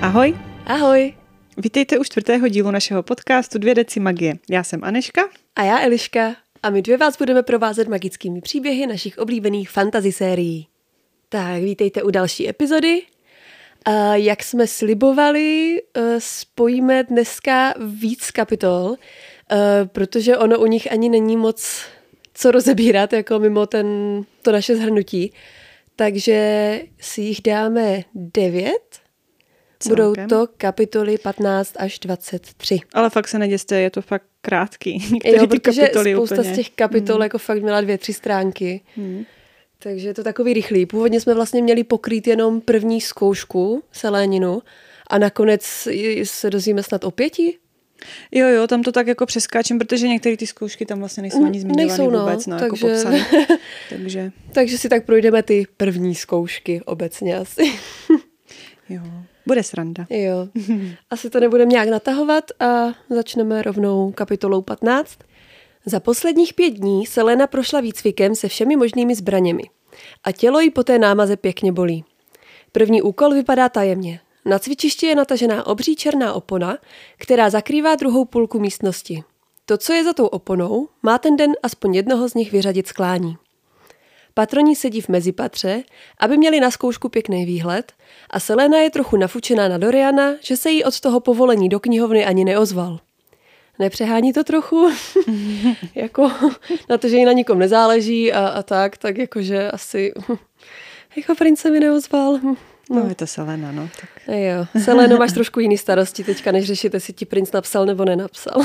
Ahoj. Ahoj. Vítejte u 4. dílu našeho podcastu 2 deci magie. Já jsem Aneška. A já Eliška. A my 2 vás budeme provázet magickými příběhy našich oblíbených fantasy sérií. Tak, vítejte u další epizody. A jak jsme slibovali, spojíme dneska víc kapitol, protože ono u nich ani není moc co rozebírat, jako mimo to naše shrnutí. Takže si jich dáme 9. Budou to kapitoly 15 až 23. Ale fakt se neděste, je to fakt krátký. Jo, protože spousta z těch kapitol jako fakt měla 2-3 stránky. Takže je to takový rychlý. Původně jsme vlastně měli pokrýt jenom první zkoušku seléninu a nakonec se dozvíme snad o 5. Jo, tam to tak jako přeskáčem, protože některé ty zkoušky tam vlastně nejsou ani zmiňované vůbec, takže... jako popsané. Takže si tak projdeme ty první zkoušky obecně asi. Jo, bude sranda. Jo, asi to nebudeme nějak natahovat a začneme rovnou kapitolou 15. Za posledních 5 dní Selena prošla výcvikem se všemi možnými zbraněmi a tělo jí po té námaze pěkně bolí. První úkol vypadá tajemně. Na cvičišti je natažená obří černá opona, která zakrývá druhou půlku místnosti. To, co je za tou oponou, má ten den aspoň jednoho z nich vyřadit z klání. Patroni sedí v mezipatře, aby měli na zkoušku pěkný výhled a Selena je trochu nafučená na Doriana, že se jí od toho povolení do knihovny ani neozval. Nepřehání to trochu? Jako na to, že jí na nikom nezáleží a tak jakože asi jako princ se mi neozval. No je to Selena, no. Tak. Jo, Seleno, máš trošku jiný starosti teďka, než řešit, jestli ti princ napsal nebo nenapsal.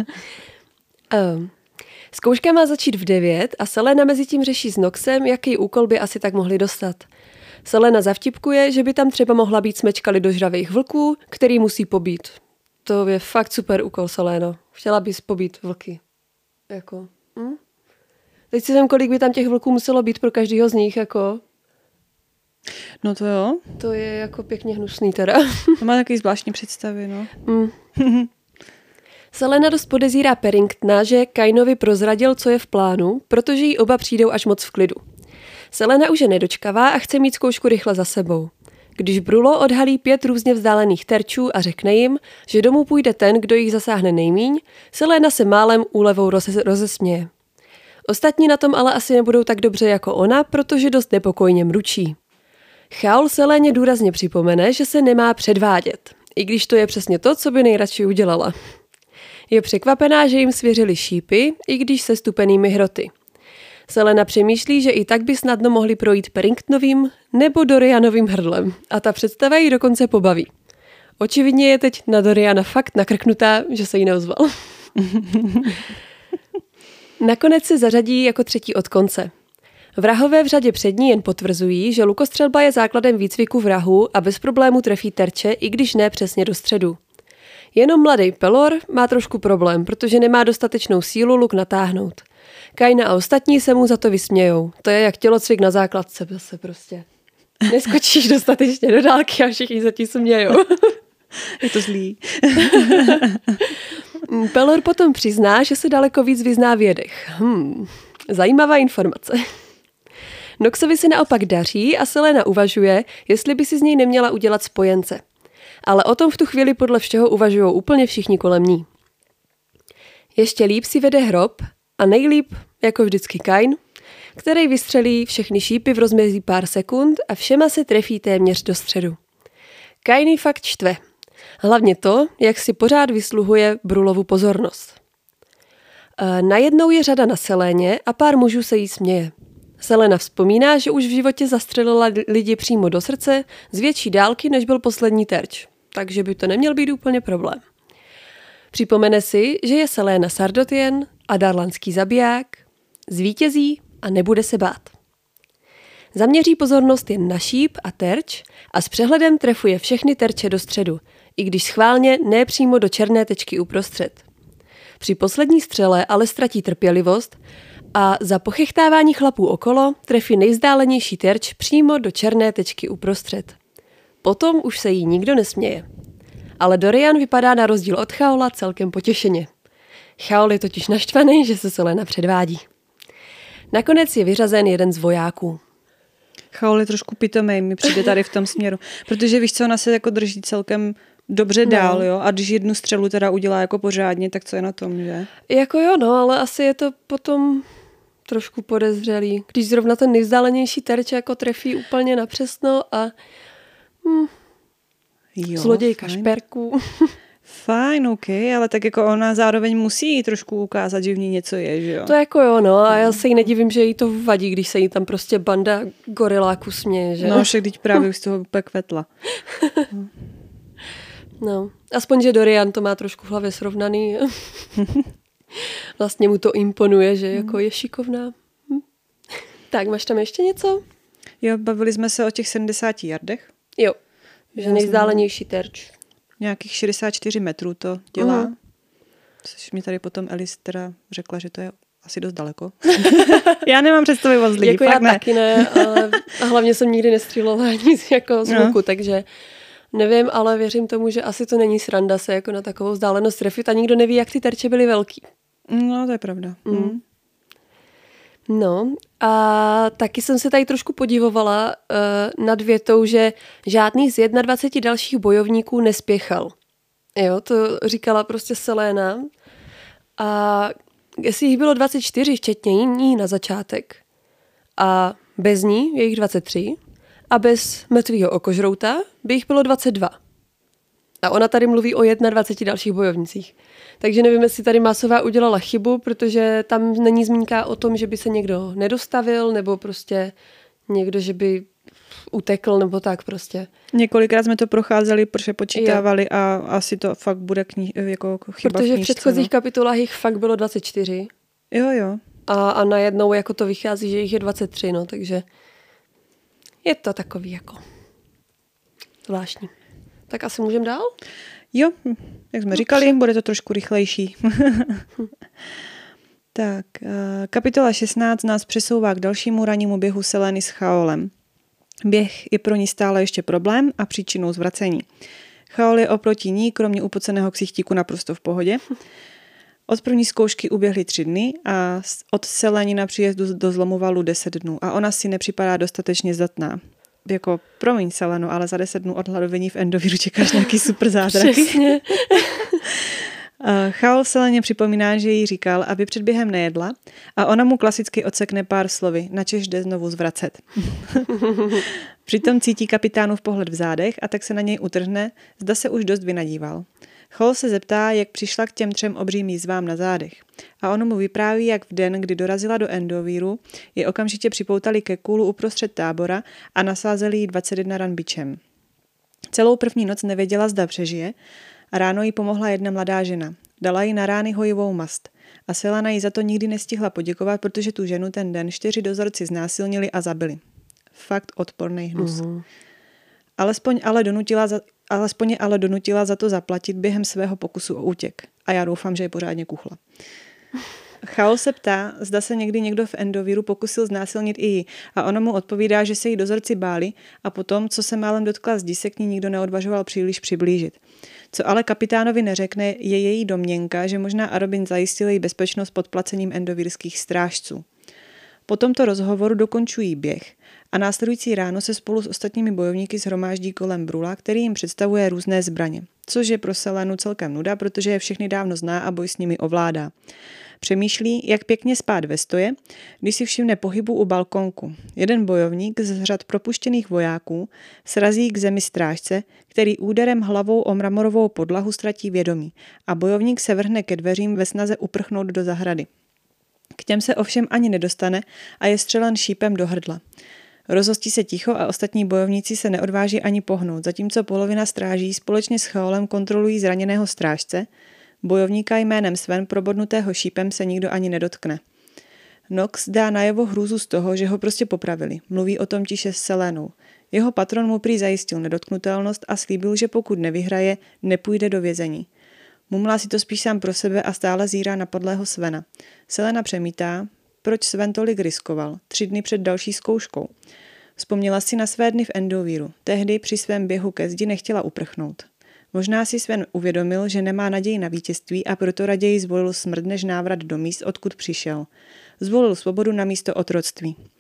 Zkouška má začít v 9 a Selena mezi tím řeší s Noxem, jaký úkol by asi tak mohli dostat. Selena zavtipkuje, že by tam třeba mohla být smečka lidožravých vlků, který musí pobít. To je fakt super úkol, Seleno. Chtěla bys pobít vlky. Jako, Teď si vím, kolik by tam těch vlků muselo být pro každýho z nich, jako... No to jo. To je jako pěkně hnusný teda. To má takový zvláštní představy, no. Selena dost podezírá Paddingtona, že Kainovi prozradil, co je v plánu, protože jí oba přijdou až moc v klidu. Selena už je nedočkavá a chce mít zkoušku rychle za sebou. Když Brulo odhalí 5 různě vzdálených terčů a řekne jim, že domů půjde ten, kdo jich zasáhne nejmíň, Selena se málem úlevou rozesměje. Ostatní na tom ale asi nebudou tak dobře jako ona, protože dost nepokojně mručí. Chaol Seléně důrazně připomene, že se nemá předvádět, i když to je přesně to, co by nejradši udělala. Je překvapená, že jim svěřili šípy, i když se stupenými hroty. Selena přemýšlí, že i tak by snadno mohli projít Paddingtonovým nebo Dorianovým hrdlem a ta představa ji dokonce pobaví. Očividně je teď na Doriana fakt nakrknutá, že se jí neozval. Nakonec se zařadí jako 3. od konce. Vrahové v řadě před ní jen potvrzují, že lukostřelba je základem výcviku vrahů a bez problému trefí terče, i když ne přesně do středu. Jenom mladý Pelor má trošku problém, protože nemá dostatečnou sílu luk natáhnout. Kaina a ostatní se mu za to vysmějou. To je jak tělocvik na základce zase prostě. Neskočíš dostatečně do dálky a všichni se ti smějou. Je to zlý. Pelor potom přizná, že se daleko víc vyzná v jedech. Zajímavá informace. Noxovi se naopak daří a Selena uvažuje, jestli by si z něj neměla udělat spojence. Ale o tom v tu chvíli podle všeho uvažují úplně všichni kolem ní. Ještě líp si vede hrob a nejlíp, jako vždycky Kain, který vystřelí všechny šípy v rozmezí pár sekund a všema se trefí téměř do středu. Kain ji fakt štve. Hlavně to, jak si pořád vysluhuje Brulovu pozornost. Najednou je řada na Seléně a pár mužů se jí směje. Selena vzpomíná, že už v životě zastřelila lidi přímo do srdce z větší dálky, než byl poslední terč. Takže by to neměl být úplně problém. Připomene si, že je Selena Sardotien a darlanský zabiják, zvítězí a nebude se bát. Zaměří pozornost jen na šíp a terč a s přehledem trefuje všechny terče do středu, i když schválně ne přímo do černé tečky uprostřed. Při poslední střele ale ztratí trpělivost a za pochechtávání chlapů okolo trefí nejvzdálenější terč přímo do černé tečky uprostřed. Potom už se jí nikdo nesměje. Ale Dorian vypadá na rozdíl od Chaola celkem potěšeně. Chaol je totiž naštvaný, že se Selena předvádí. Nakonec je vyřazen jeden z vojáků. Chaol je trošku pitomej, mi přijde tady v tom směru. Protože víš co, ona se jako drží celkem dobře dál, jo? A když jednu střelu teda udělá jako pořádně, tak co je na tom, že? Jako jo, no, ale asi je to potom trošku podezřelý. Když zrovna ten nejvzdálenější terč jako trefí úplně napřesno a zlodějka šperků. Fajn, ok, ale tak jako ona zároveň musí jí trošku ukázat, že v ní něco je, že jo? To jako jo, no, a já se jí nedivím, že jí to vadí, když se jí tam prostě banda goriláků směje, že? No, však teď právě už z toho úplně kvetla. No, aspoň, že Dorian to má trošku v hlavě srovnaný. Vlastně mu to imponuje, že jako je šikovná. Tak, máš tam ještě něco? Jo, bavili jsme se o těch 70 yardech. Jo, že nejvzdálenější terč. Nějakých 64 metrů to dělá. Což mi tady potom Elis teda řekla, že to je asi dost daleko. Já nemám představy moc lidí. Jako já ne. Taky ne, ale a hlavně jsem nikdy nestřílela nic jako z luku, takže nevím, ale věřím tomu, že asi to není sranda se jako na takovou vzdálenost trefit a nikdo neví, jak ty terče byly velký. No, to je pravda. No a taky jsem se tady trošku podivovala nad větou, že žádný z 21 dalších bojovníků nespěchal. Jo, to říkala prostě Selena. A jestli jich bylo 24, včetně ní na začátek. A bez ní je jich 23. A bez mrtvýho okožrouta by jich bylo 22. A ona tady mluví o 21 dalších bojovnicích. Takže nevím, jestli tady Másová udělala chybu, protože tam není zmínka o tom, že by se někdo nedostavil, nebo prostě někdo, že by utekl, nebo tak prostě. Několikrát jsme to procházeli, přepočítávali a asi to fakt bude jako chyba protože v knížce. V předchozích kapitolách jich fakt bylo 24. Jo. A najednou jako to vychází, že jich je 23, no, takže je to takový jako zvláštní. Tak asi můžeme dál? Jo, jak jsme říkali, bude to trošku rychlejší. Tak, kapitola 16 nás přesouvá k dalšímu rannímu běhu Seleny s Chaolem. Běh je pro ní stále ještě problém a příčinou zvracení. Chaol je oproti ní, kromě upoceného ksichtíku, naprosto v pohodě. Od první zkoušky uběhly 3 dny a od Seleny na příjezdu do Zlomovalu 10 dnů a ona si nepřipadá dostatečně zdatná. Jako, promiň Seleno, ale za 10 dnů od hladovění v Endovíru čekáš nějaký super zázrak. Přesně. Chaol Seleně připomíná, že jí říkal, aby před během nejedla a ona mu klasicky odsekne pár slovy, načež jde znovu zvracet. Přitom cítí kapitánův pohled v zádech a tak se na něj utrhne, zda se už dost vynadíval. Chaol se zeptá, jak přišla k těm 3 obřím jízvám na zádech. A ono mu vypráví, jak v den, kdy dorazila do Endovíru, je okamžitě připoutali ke kůlu uprostřed tábora a nasázeli jí 21 ran bičem. Celou první noc nevěděla, zda přežije a ráno jí pomohla jedna mladá žena. Dala jí na rány hojivou mast. A Selena jí za to nikdy nestihla poděkovat, protože tu ženu ten den 4 dozorci znásilnili a zabili. Fakt odporný hnus. Alespoň ale donutila za to zaplatit během svého pokusu o útěk. A já doufám, že je pořádně kuchla. Chaol se ptá, zda se někdy někdo v Endovíru pokusil znásilnit i ji a ona mu odpovídá, že se jí dozorci báli a potom, co se málem dotkla zdi, se k ní nikdo neodvažoval příliš přiblížit. Co ale kapitánovi neřekne, je její domněnka, že možná Arobin zajistil její bezpečnost pod placením endovírských strážců. Po tomto rozhovoru dokončují běh a následující ráno se spolu s ostatními bojovníky shromáždí kolem Brula, který jim představuje různé zbraně, což je pro Selenu celkem nuda, protože je všechny dávno zná a boj s nimi ovládá. Přemýšlí, jak pěkně spát ve stoje, když si všimne pohybu u balkonku. Jeden bojovník z řad propuštěných vojáků srazí k zemi strážce, který úderem hlavou o mramorovou podlahu ztratí vědomí a bojovník se vrhne ke dveřím ve snaze uprchnout do zahrady. K těm se ovšem ani nedostane a je střelen šípem do hrdla. Rozhostí se ticho a ostatní bojovníci se neodváží ani pohnout, zatímco polovina stráží společně s Chaolem kontrolují zraněného strážce. Bojovníka jménem Sven probodnutého šípem se nikdo ani nedotkne. Nox dá najevo hrůzu z toho, že ho prostě popravili. Mluví o tom tiše s Selenou. Jeho patron mu prý zajistil nedotknutelnost a slíbil, že pokud nevyhraje, nepůjde do vězení. Mumlá si to spíš sám pro sebe a stále zírá na podlého Svena. Selena přemítá, proč Sven tolik riskoval, 3 dny před další zkouškou. Vzpomněla si na své dny v Endovíru. Tehdy při svém běhu ke zdi nechtěla uprchnout. Možná si Sven uvědomil, že nemá naději na vítězství a proto raději zvolil smrt než návrat do míst, odkud přišel. Zvolil svobodu na místo otroctví.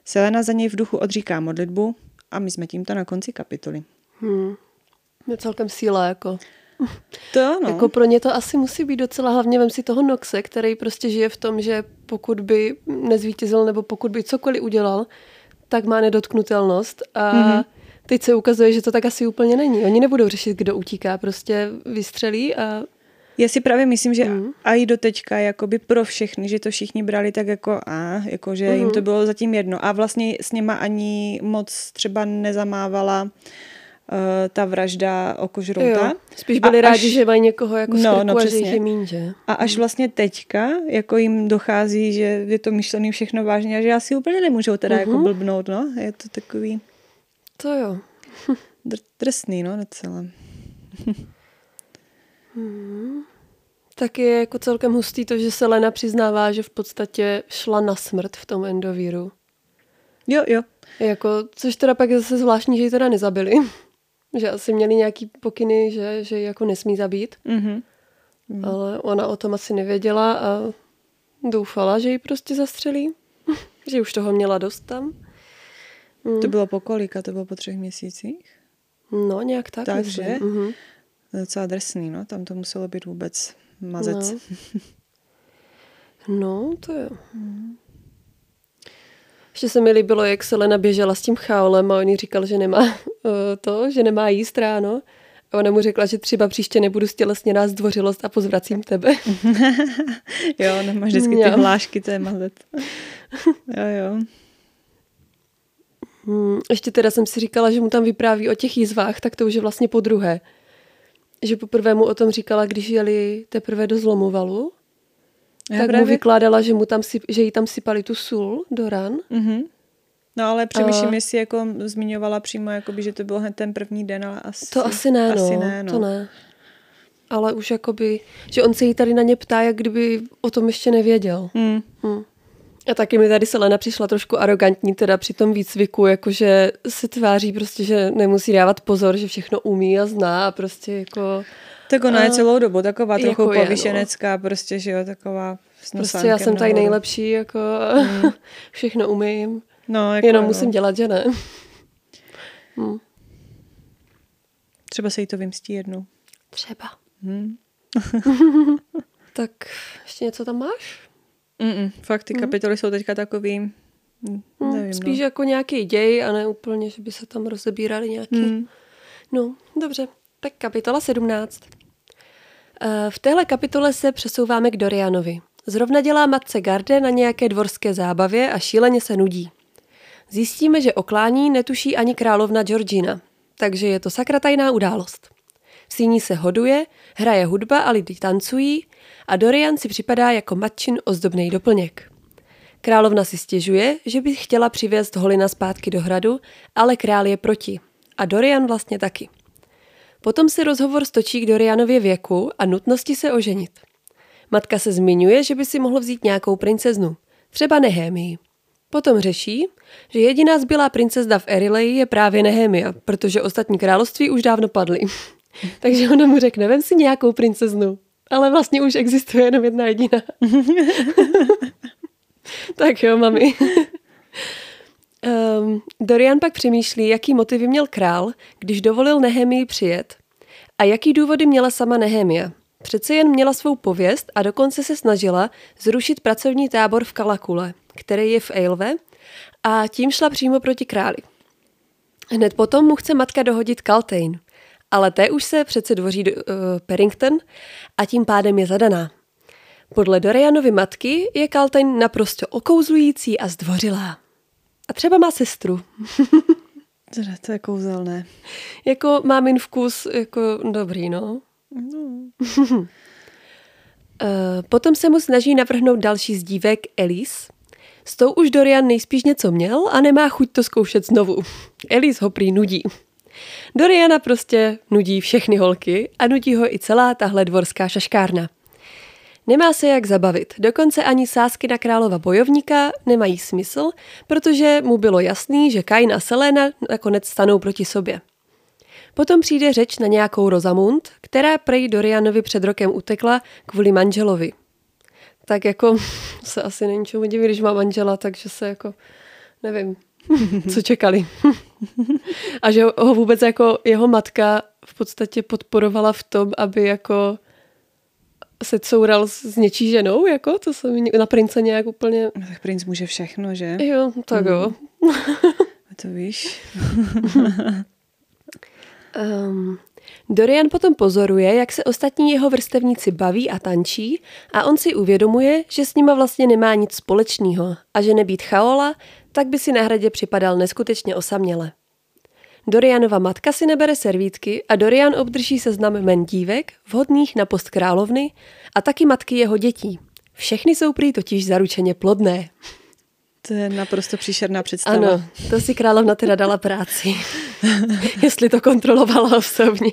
Selena za něj v duchu odříká modlitbu a my jsme tímto na konci kapitoly. Je celkem síla, jako. To ano. Jako pro ně to asi musí být docela, hlavně vem si toho Noxe, který prostě žije v tom, že pokud by nezvítězil nebo pokud by cokoliv udělal, tak má nedotknutelnost a teď se ukazuje, že to tak asi úplně není. Oni nebudou řešit, kdo utíká, prostě vystřelí a... Já si právě myslím, že a i do teďka jakoby pro všechny, že to všichni brali tak jako že jim to bylo zatím jedno. A vlastně s něma ani moc třeba nezamávala ta vražda okožrouta. Spíš byli rádi, že mají někoho jako skrku a že jich je míň, že? A až vlastně teďka jako jim dochází, že je to myšlený všechno vážně a že asi úplně nemůžou teda jako blbnout, no. Je to takový... To jo. Drsný, no, docela. Tak je jako celkem hustý to, že Selena přiznává, že v podstatě šla na smrt v tom Endovíru. Jo. Jako, což teda pak je zase zvláštní, že ji teda nezabili. Že asi měli nějaký pokyny, že ji jako nesmí zabít. Ale ona o tom asi nevěděla a doufala, že ji prostě zastřelí. Že už toho měla dost tam. To bylo po kolika? To bylo po 3 měsících? No, nějak tak. Takže docela drsný, no. Tam to muselo být vůbec mazec. No to jo. Ještě se mi líbilo, jak Selena běžela s tím chaolem a on jí říkal, že nemá že nemá jíst ráno. A ona mu řekla, že třeba příště nebudu stělesněná zdvořilost a pozvracím tebe. Jo, nemáš vždycky ty hlášky, to je mazec. Jo. Ještě teda jsem si říkala, že mu tam vypráví o těch jízvách, tak to už je vlastně podruhé. Že poprvé mu o tom říkala, když jeli teprve do Zlomovalu. Tak mu vykládala, že jí tam sypali tu sůl do ran. No ale přemýšlím, jestli jako zmiňovala přímo, jakoby, že to byl hned ten první den, ale to asi ne, to ne. Ale už jakoby, že on se jí tady na ně ptá, jak kdyby o tom ještě nevěděl. A taky mi tady Selena přišla trošku arrogantní teda při tom výcviku, jakože se tváří prostě, že nemusí dávat pozor, že všechno umí a zná a prostě jako... Tak ona je celou dobu taková trochu jako povyšenecká, prostě, že jo, taková s nosánkem. Prostě já jsem tady nejlepší, jako všechno umím. No, jako jenom musím dělat, že ne. Třeba se jí to vymstí jednou. Třeba. Tak ještě něco tam máš? Fakt, ty kapitoly jsou teďka takový, nevím, spíš jako nějaký děj a ne úplně, že by se tam rozebírali nějaký. No, dobře. Tak kapitola 17. V téhle kapitole se přesouváme k Dorianovi. Zrovna dělá matce garde na nějaké dvorské zábavě a šíleně se nudí. Zjistíme, že oklání netuší ani královna Georgina, takže je to sakra tajná událost. V síni se hoduje, hraje hudba a lidi tancují a Dorian si připadá jako matčin ozdobný doplněk. Královna si stěžuje, že by chtěla přivést Holina zpátky do hradu, ale král je proti. A Dorian vlastně taky. Potom se rozhovor stočí k Dorianově věku a nutnosti se oženit. Matka se zmiňuje, že by si mohl vzít nějakou princeznu, třeba Nehémii. Potom řeší, že jediná zbylá princezna v Erileji je právě Nehémia, protože ostatní království už dávno padly. Takže ona mu řekne, vem si nějakou princeznu, ale vlastně už existuje jenom jedna jediná. Tak jo, mami. Dorian pak přemýšlí, jaký motivy měl král, když dovolil Nehémii přijet a jaký důvody měla sama Nehémia. Přece jen měla svou pověst a dokonce se snažila zrušit pracovní tábor v Kalakule, který je v Eilve, a tím šla přímo proti králi. Hned potom mu chce matka dohodit Kaltejn, ale té už se přece dvoří Paddington a tím pádem je zadaná. Podle Dorianovy matky je Kaltejn naprosto okouzlující a zdvořilá. A třeba má sestru. To je kouzelné. Jako mámin vkus, jako dobrý, no. Potom se mu snaží navrhnout další z dívek, Elise. S tou už Dorian nejspíš něco měl a nemá chuť to zkoušet znovu. Elise ho prý nudí. Doriana prostě nudí všechny holky a nudí ho i celá tahle dvorská šaškárna. Nemá se jak zabavit, dokonce ani sázky na králova bojovníka nemají smysl, protože mu bylo jasný, že Kain a Selena nakonec stanou proti sobě. Potom přijde řeč na nějakou Rosamund, která prej Dorianovi před rokem utekla kvůli manželovi. Tak jako se asi není čemu divit, když má manžela, takže se jako nevím, co čekali. A že ho vůbec jako jeho matka v podstatě podporovala v tom, aby jako se coural s něčí ženou, jako to se mi na prince nějak úplně... No, tak princ může všechno, že? Jo, tak jo. To víš. Dorian potom pozoruje, jak se ostatní jeho vrstevníci baví a tančí a on si uvědomuje, že s nima vlastně nemá nic společného a že nebýt Chaola, tak by si na hradě připadal neskutečně osaměle. Dorianova matka si nebere servítky a Dorian obdrží seznam jmen dívek, vhodných na post královny a taky matky jeho dětí. Všechny jsou prý totiž zaručeně plodné. To je naprosto příšerná představa. Ano, to si královna teda dala práci. Jestli to kontrolovala osobně.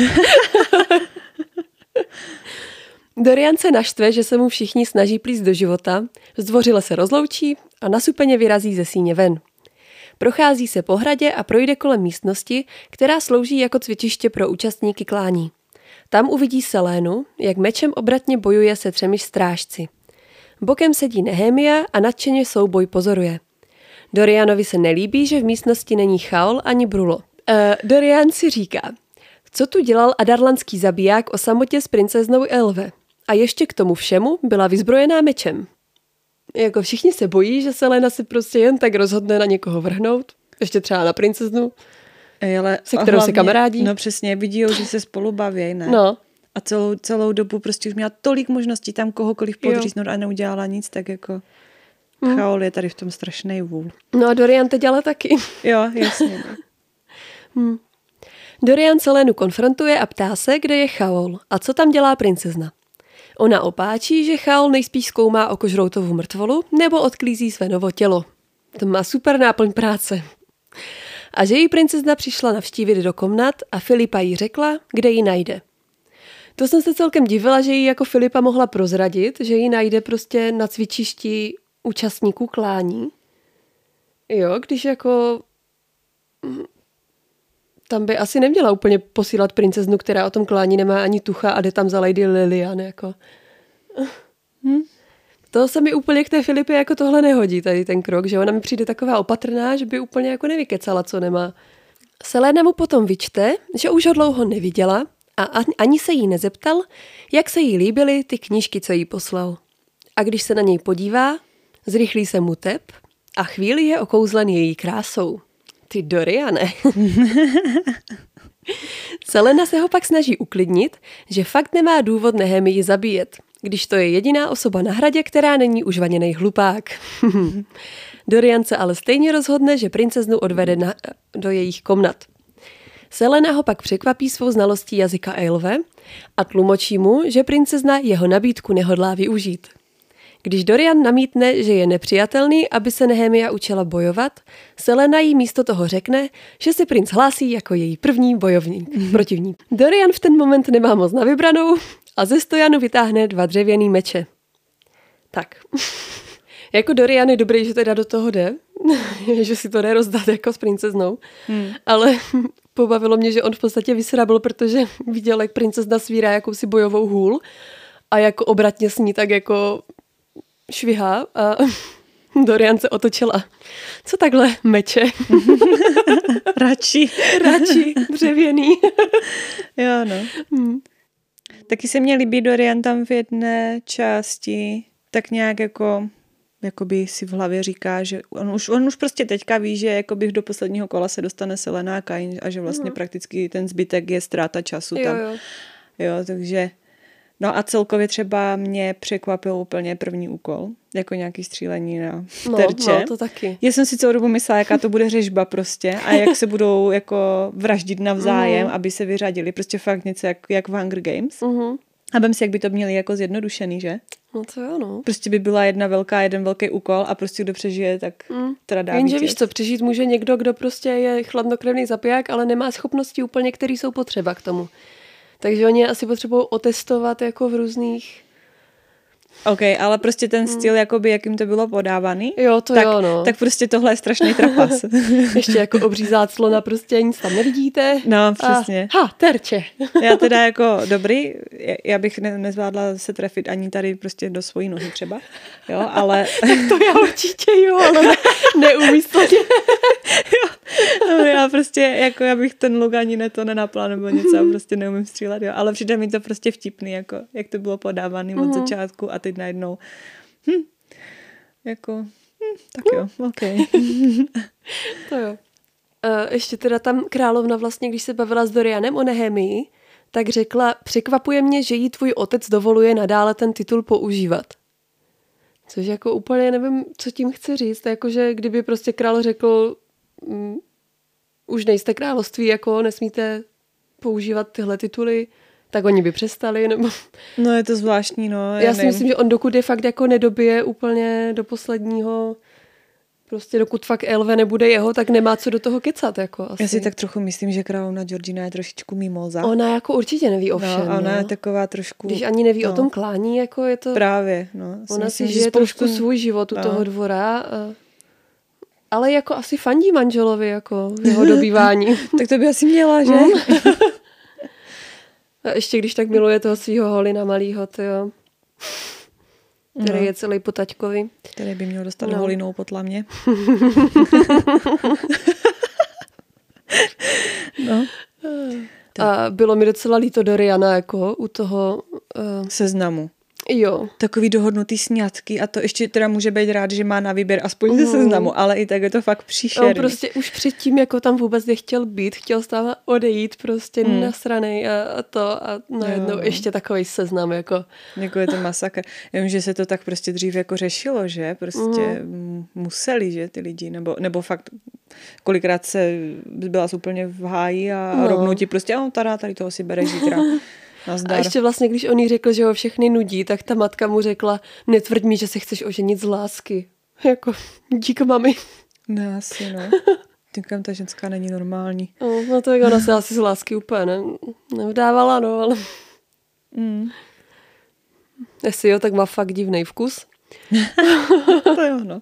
Dorian se naštve, že se mu všichni snaží plíst do života, zdvořile se rozloučí a nasupeně vyrazí ze síně ven. Prochází se po hradě a projde kolem místnosti, která slouží jako cvičiště pro účastníky klání. Tam uvidí Selénu, jak mečem obratně bojuje se 3 strážci. Bokem sedí Nehemia a nadšeně souboj pozoruje. Dorianovi se nelíbí, že v místnosti není Chaol ani Brulo. Dorian si říká, co tu dělal adarlanský zabiják o samotě s princeznou Elve? A ještě k tomu všemu byla vyzbrojená mečem. Jako všichni se bojí, že Selena si prostě jen tak rozhodne na někoho vrhnout. Ještě třeba na princeznu, se kterou hlavně, se kamarádí. No přesně, vidí, že se spolu baví, ne? No. A celou dobu prostě už měla tolik možností tam kohokoliv podříznout a neudělala nic, tak jako Chaol je tady v tom strašný vůl. No a Dorian teď ale taky. Jo, jasně. Dorian Selenu konfrontuje a ptá se, kde je Chaol a co tam dělá princezna. Ona opáčí, že Chaol nejspíš zkoumá okožroutovou mrtvolu nebo odklízí své novo tělo. To má super náplň práce. A že jí princezna přišla navštívit do komnat a Filipa jí řekla, kde ji najde. To jsem se celkem divila, že jí jako Filipa mohla prozradit, že ji najde prostě na cvičišti účastníků klání. Jo, když jako... Tam by asi neměla úplně posílat princeznu, která o tom klání nemá ani tucha a jde tam za Lady Lilian, jako. To se mi úplně k té Filipě jako tohle nehodí, tady ten krok, že ona mi přijde taková opatrná, že by úplně jako nevykecala, co nemá. Selena mu potom vyčte, že už ho dlouho neviděla a ani se jí nezeptal, jak se jí líbily ty knížky, co jí poslal. A když se na něj podívá, zrychlí se mu tep a chvíli je okouzlen její krásou. Ty Doriane. Selena se ho pak snaží uklidnit, že fakt nemá důvod Nehemii zabíjet, když to je jediná osoba na hradě, která není užvaněnej hlupák. Dorian se ale stejně rozhodne, že princeznu odvede do jejich komnat. Selena ho pak překvapí svou znalostí jazyka Elve a tlumočí mu, že princezna jeho nabídku nehodlá využít. Když Dorian namítne, že je nepřijatelný, aby se Nehemia učila bojovat, Selena jí místo toho řekne, že se princ hlásí jako její první protivník. Dorian v ten moment nemá moc na vybranou a ze stojanu vytáhne 2 dřevěný meče. Tak. Jako Dorian je dobrý, že teda do toho jde, že si to jde rozdat jako s princeznou, ale pobavilo mě, že on v podstatě vysrabl, protože viděl, jak princezna svírá jakousi bojovou hůl a jako obratně s ní tak jako švihá a Dorian se otočila. Co takhle meče? Radši, dřevěný. Jo, no. Taky se mně líbí Dorian tam v jedné části, tak nějak jakoby si v hlavě říká, že on už prostě teďka ví, že jakoby do posledního kola se dostane Selena a Kain a že vlastně prakticky ten zbytek je ztráta času tam. Jo, takže... No a celkově třeba mě překvapil úplně první úkol, jako nějaký střílení na terče. No, to taky. Já jsem si celou dobu myslela, jaká to bude řežba prostě a jak se budou jako vraždit navzájem, aby se vyřadili. Prostě fakt něco jak v Hunger Games. A vem si, jak by to měli jako zjednodušený, že? No to jo, no. Prostě by byla jeden velký úkol a prostě kdo přežije, tak teda dá Jenže víš co, přežít může někdo, kdo prostě je chladnokrevný zapiják, ale nemá schopnosti úplně, které jsou potřeba k tomu. Takže oni asi potřebují otestovat jako v různých OK, ale prostě ten styl, jakoby, jakým to bylo podávaný, Jo, to tak, jo, no. tak prostě tohle je strašný trapas. Ještě jako obří záclona, prostě nic tam nevidíte. No, přesně. Terče. Já teda jako dobrý, já bych nezvládla se trefit ani tady prostě do svojí nohy třeba, jo, ale... To já určitě jo, ale neumyslně. No, já prostě, jako já bych ten luk ani to nenapla nebo něco, já prostě neumím střílet, jo, ale přijde mi to prostě vtipný, jako, jak to bylo podávané od začátku a teď najednou, tak jo, OK. To jo. Ještě teda tam královna vlastně, když se bavila s Dorianem o Nehemii, tak řekla, překvapuje mě, že jí tvůj otec dovoluje nadále ten titul používat. Což jako úplně nevím, co tím chci říct. Jakože kdyby prostě král řekl, už nejste království, jako nesmíte používat tyhle tituly, tak oni by přestali. Nebo... No je to zvláštní, no. Já si myslím, že on dokud je fakt jako nedobije úplně do posledního, prostě dokud fakt Elve nebude jeho, tak nemá co do toho kecat. Jako asi. Já si tak trochu myslím, že královna Georgina je trošičku mimoza. Ona jako určitě neví o všem. No, ona je taková trošku... Když ani neví o tom klání, jako je to... Právě, no. Ona si žije trošku svůj život u toho dvora, ale jako asi fandí manželovi, jako v jeho dobývání. Tak to by asi měla, že? A ještě když tak miluje toho svýho holina malýho, tyjo. Který je celý po taťkovi. Který by měl dostat holinou po tlamě. No. A bylo mi docela líto Doriana, jako u toho... Seznamu. Jo. Takový dohodnutý sňatky a to ještě teda může být rád, že má na výběr aspoň ze seznamu, ale i tak je to fakt příšerný. On prostě už předtím jako tam vůbec nechtěl být, chtěl stále odejít prostě nasranej a to a najednou ještě takovej seznam jako. Jako je to masakr. Já vím, že se to tak prostě dřív jako řešilo, že prostě museli, že ty lidi, nebo fakt kolikrát byla úplně v háji a rovnou ti prostě, tady toho si bereš zítra. Nazdar. A ještě vlastně, když on jí řekl, že ho všechny nudí, tak ta matka mu řekla, netvrď mi, že se chceš oženit z lásky. Jako, díky mami. Ne, asi no. Týkám, ta ženská není normální. No to ona se asi z lásky úplně nevdávala, no, ale... Jestli jo, tak má fakt divnej vkus. To jo, no.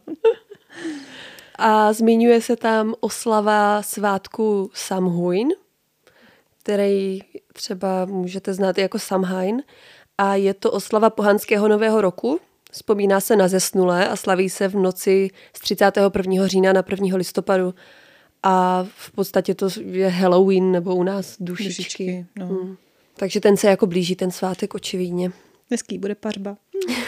A zmiňuje se tam oslava svátku Samhain, který třeba můžete znát jako Samhain. A je to oslava pohanského nového roku. Vzpomíná se na zesnulé a slaví se v noci z 31. října na 1. listopadu. A v podstatě to je Halloween nebo u nás dušičky. No. Takže ten se jako blíží, ten svátek očividně. Hezký bude pařba.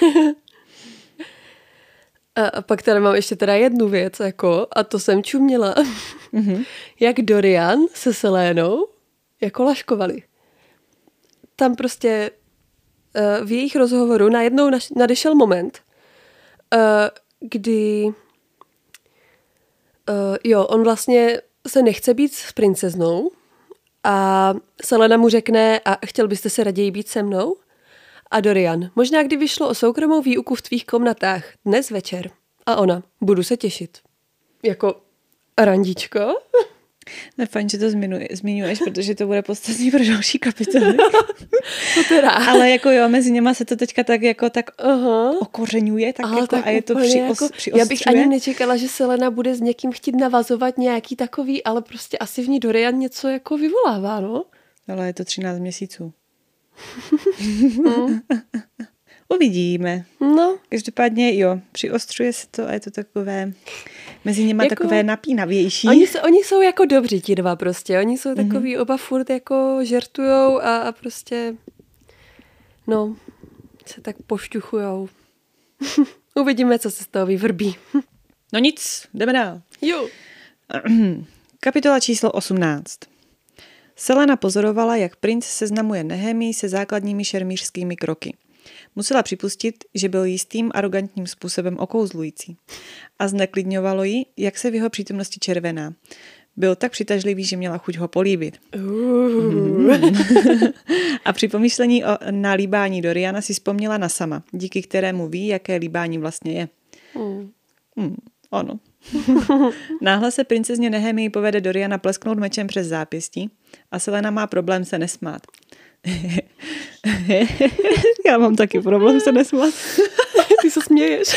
A pak tady mám ještě teda jednu věc, jako, a to jsem čuměla. Jak Dorian se Selénou jako laškovali. Tam prostě v jejich rozhovoru najednou nadešel moment, kdy on vlastně se nechce být s princeznou a Selena mu řekne, a chtěl byste se raději být se mnou? A Dorian, možná kdyby šlo o soukromou výuku v tvých komnatách, dnes večer. A ona, budu se těšit. Jako randičko? Ne, fajn, že to zmiňuješ, protože to bude podstatný pro další kapitoly. To teda. Ale jako jo, mezi něma se to teďka tak okořeňuje, tak jako, tak a je to přiostřuje. Já bych ani nečekala, že Selena bude s někým chtít navazovat nějaký takový, ale prostě asi v ní Dorian něco jako vyvolává, no? Ale je to 13 měsíců. Uvidíme. No. Každopádně jo, přiostřuje se to a je to takové, mezi něma jako, takové napínavější. Oni jsou jako dobří ti dva prostě, oni jsou takový oba furt jako žertujou a prostě se tak pošťuchujou. Uvidíme, co se z toho vyvrbí. No nic, jdeme dál. Jo. Kapitola číslo 18. Selena pozorovala, jak princ seznamuje Nehemii se základními šermířskými kroky. Musela připustit, že byl jistým arrogantním způsobem okouzlující. A zneklidňovalo ji, jak se v jeho přítomnosti červená. Byl tak přitažlivý, že měla chuť ho políbit. A při pomyšlení o nalíbání Doriana si vzpomněla na sama, díky kterému ví, jaké líbání vlastně je. Ono. Náhle se princezně Nehemii povede Doriana plesknout mečem přes zápěstí a Selena má problém se nesmát. Já mám taky problém se nesmát. Ty se směješ.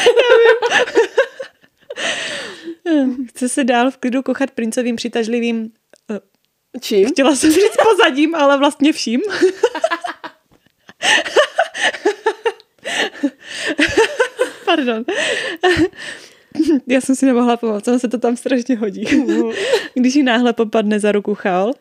Chce se dál v klidu kochat princovým přitažlivým... Čím? Chtěla jsem říct pozadím, ale vlastně vším. Pardon. Já jsem si nemohla pamatovat, ono se to tam strašně hodí. Když jí náhle popadne za ruku Chaol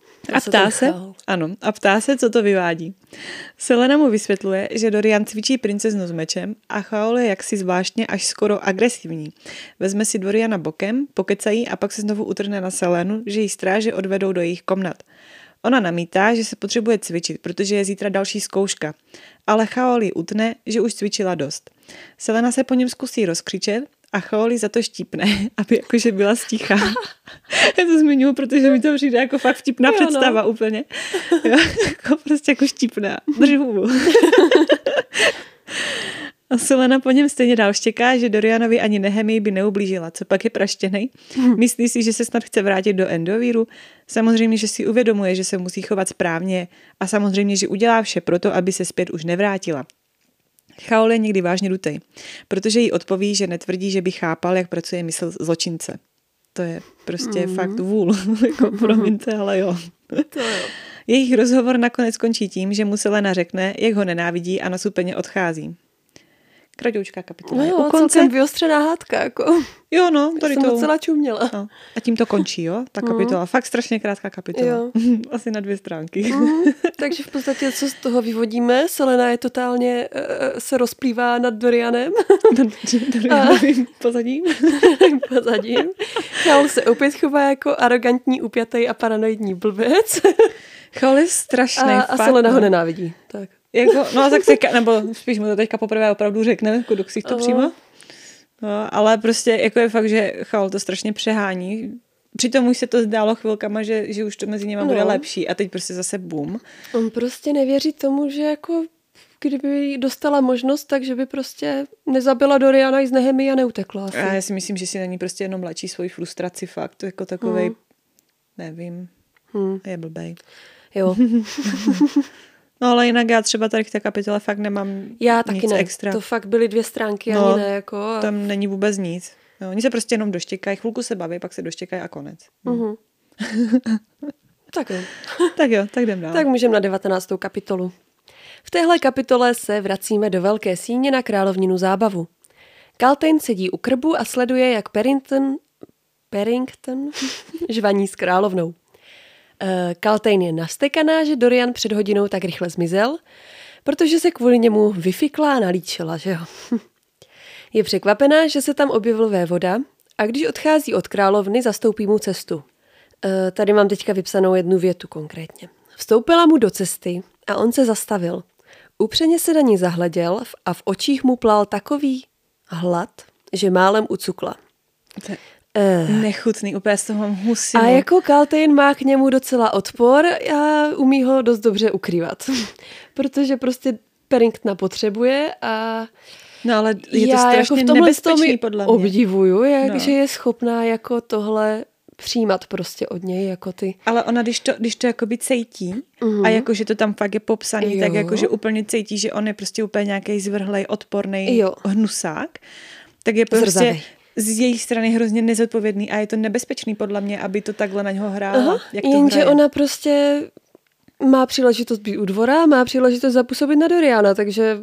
a ptá se, co to vyvádí. Selena mu vysvětluje, že Dorian cvičí princeznu s mečem a Chaol je jaksi zvláštně až skoro agresivní. Vezme si Doriana bokem, pokecají a pak se znovu utrhne na Selenu, že jí stráže odvedou do jejich komnat. Ona namítá, že se potřebuje cvičit, protože je zítra další zkouška. Ale Chaol ji utne, že už cvičila dost. Selena se po něm zkusí rozkřičet a Chaol ji za to štípne, aby jakože byla stichá. Já to zmiňuji, protože mi to přijde jako fakt vtipná představa úplně. Jo, jako prostě jako štípne. Držu hubu. A Selena po něm stejně dál štěká, že Dorianovi ani Nehemii by neublížila, co pak je praštěnej. Myslí si, že se snad chce vrátit do Endovíru. Samozřejmě, že si uvědomuje, že se musí chovat správně a samozřejmě, že udělá vše proto, aby se zpět už nevrátila. Chaol je někdy vážně dutej, protože jí odpoví, že netvrdí, že by chápal, jak pracuje mysl zločince. To je prostě fakt vůl. Jako promiňte, ale jo. To jo. Jejich rozhovor nakonec končí tím, že mu Selena řekne, jak ho nenávidí a nasupeně odchází. Kratoučká kapitola. No jo, u konce celkem vyostřená hádka, jako. Jo, no, tady jsem to. docela čuměla. No. A tím to končí, jo? Ta kapitola. Fakt strašně krátká kapitola. Jo. Asi na 2 stránky. Takže v podstatě, co z toho vyvodíme? Selena je totálně, se rozplývá nad Dorianem. Dorianovým pozadím. Pozadím. Chaol se opět chová jako arrogantní, upjatý a paranoidní blbec. Chaol je strašný. A Selena ho nenávidí. Tak. Jako, no tak teďka, nebo spíš mu to teďka poprvé opravdu řekne, do ksichtu přímo. No, ale prostě jako je fakt, že Chaol to strašně přehání. Přitom už se to zdálo chvilkama, že už to mezi nimi bude lepší a teď prostě zase boom. On prostě nevěří tomu, že jako kdyby dostala možnost, takže by prostě nezabila Doriana i z Nehemii a neutekla. Asi. A já si myslím, že si na ní prostě jenom léčí svoji frustraci fakt, jako takovej, nevím, je blbej. Jo. No ale jinak já třeba tady v té kapitole fakt nemám já taky nic ne. Extra. To fakt byly 2 stránky, ani ne. Jako. Tam není vůbec nic. No, oni se prostě jenom doštěkají, chvilku se baví, pak se doštěkají a konec. Tak jo. Tak jdem dál. Tak můžeme na 19. kapitolu. V téhle kapitole se vracíme do Velké síně na královninu zábavu. Kaltain sedí u krbu a sleduje, jak Perrington žvaní s královnou. Kaltain je nastekaná, že Dorian před hodinou tak rychle zmizel, protože se kvůli němu vyfikla a nalíčila, že jo. Je překvapená, že se tam objevil vévoda a když odchází od královny, zastoupí mu cestu. Tady mám teďka vypsanou jednu větu konkrétně. Vstoupila mu do cesty a on se zastavil. Upřeně se na ní zahleděl a v očích mu plal takový hlad, že málem ucukla. Nechutný, úplně z toho mám husinu. A jako Kaltain má k němu docela odpor a umí ho dost dobře ukrývat. Protože prostě Perringtona potřebuje a no ale je to strašně jako nebezpečný podle mě. Obdivuju, že je schopná jako tohle přijímat prostě od něj jako ty. Ale ona, když to jakoby cejtí a jakože to tam fakt je popsaný, tak jakože úplně cejtí, že on je prostě úplně nějaký zvrhlej, odporný hnusák, tak je prostě zrzavej. Z její strany hrozně nezodpovědný a je to nebezpečný podle mě, aby to takhle na něho hrála. Jenže ona prostě má příležitost být u dvora, má příležitost zapůsobit na Doriana, takže...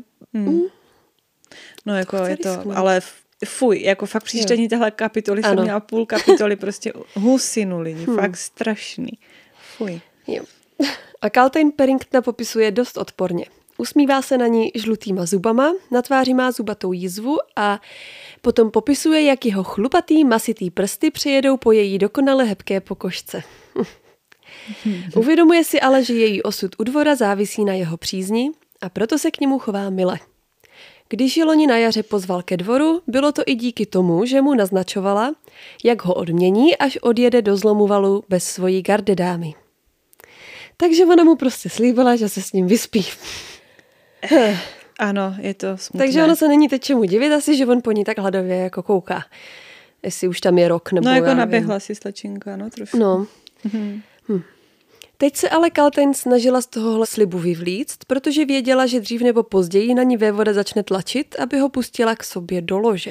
No jako je to, ale fuj, jako fakt při čtení téhle kapitoly jsem měla půl kapitoly prostě husinu lidi, fakt strašný. Fuj. Jo. A Kaltain Perringtona popisuje dost odporně. Usmívá se na ní žlutýma zubama, na tváři má zubatou jizvu a potom popisuje, jak jeho chlupatý, masitý prsty přijedou po její dokonale hebké pokožce. Uvědomuje si ale, že její osud u dvora závisí na jeho přízni a proto se k němu chová mile. Když ji loni na jaře pozval ke dvoru, bylo to i díky tomu, že mu naznačovala, jak ho odmění, až odjede do Zlomuvalu bez svojí gardedámy. Takže ona mu prostě slíbila, že se s ním vyspí. Ano, je to smutné. Takže ono se není teď čemu divit, asi, že on po ní tak hladově jako kouká. Jestli už tam je rok nebo no jako já naběhla vím. si slečinka, no trošku. No. Teď se ale Kaltain snažila z tohohle slibu vyvlíct, protože věděla, že dřív nebo později na ní vévoda začne tlačit, aby ho pustila k sobě do lože.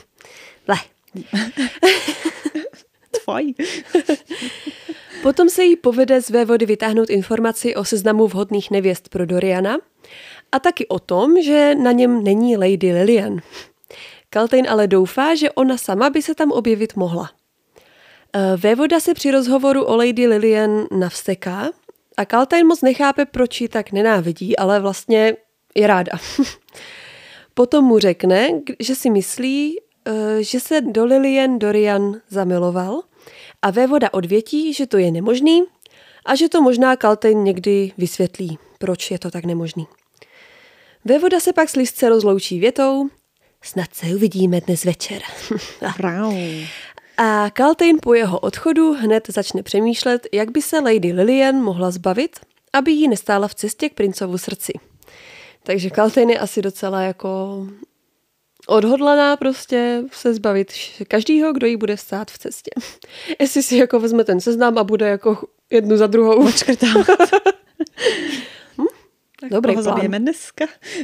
Tvoj. Potom se jí povede z vévody vytáhnout informaci o seznamu vhodných nevěst pro Doriana a taky o tom, že na něm není Lady Lilian. Kaltain ale doufá, že ona sama by se tam objevit mohla. Vévoda se při rozhovoru o Lady Lilian navsteká a Kaltain moc nechápe, proč ji tak nenávidí, ale vlastně je ráda. Potom mu řekne, že si myslí, že se do Lilian Dorian zamiloval a vévoda odvětí, že to je nemožný a že to možná Kaltain někdy vysvětlí, proč je to tak nemožný. Vévoda se pak s Lysce rozloučí větou: snad se uvidíme dnes večer. A Kaltain po jeho odchodu hned začne přemýšlet, jak by se Lady Lilian mohla zbavit, aby jí nestála v cestě k princovu srdci. Takže Kaltain je asi docela jako odhodlaná prostě se zbavit každýho, kdo jí bude stát v cestě. Jestli si jako vezme ten seznam a bude jako jednu za druhou odškrtám. Dobrý plán. Zabijeme dneska.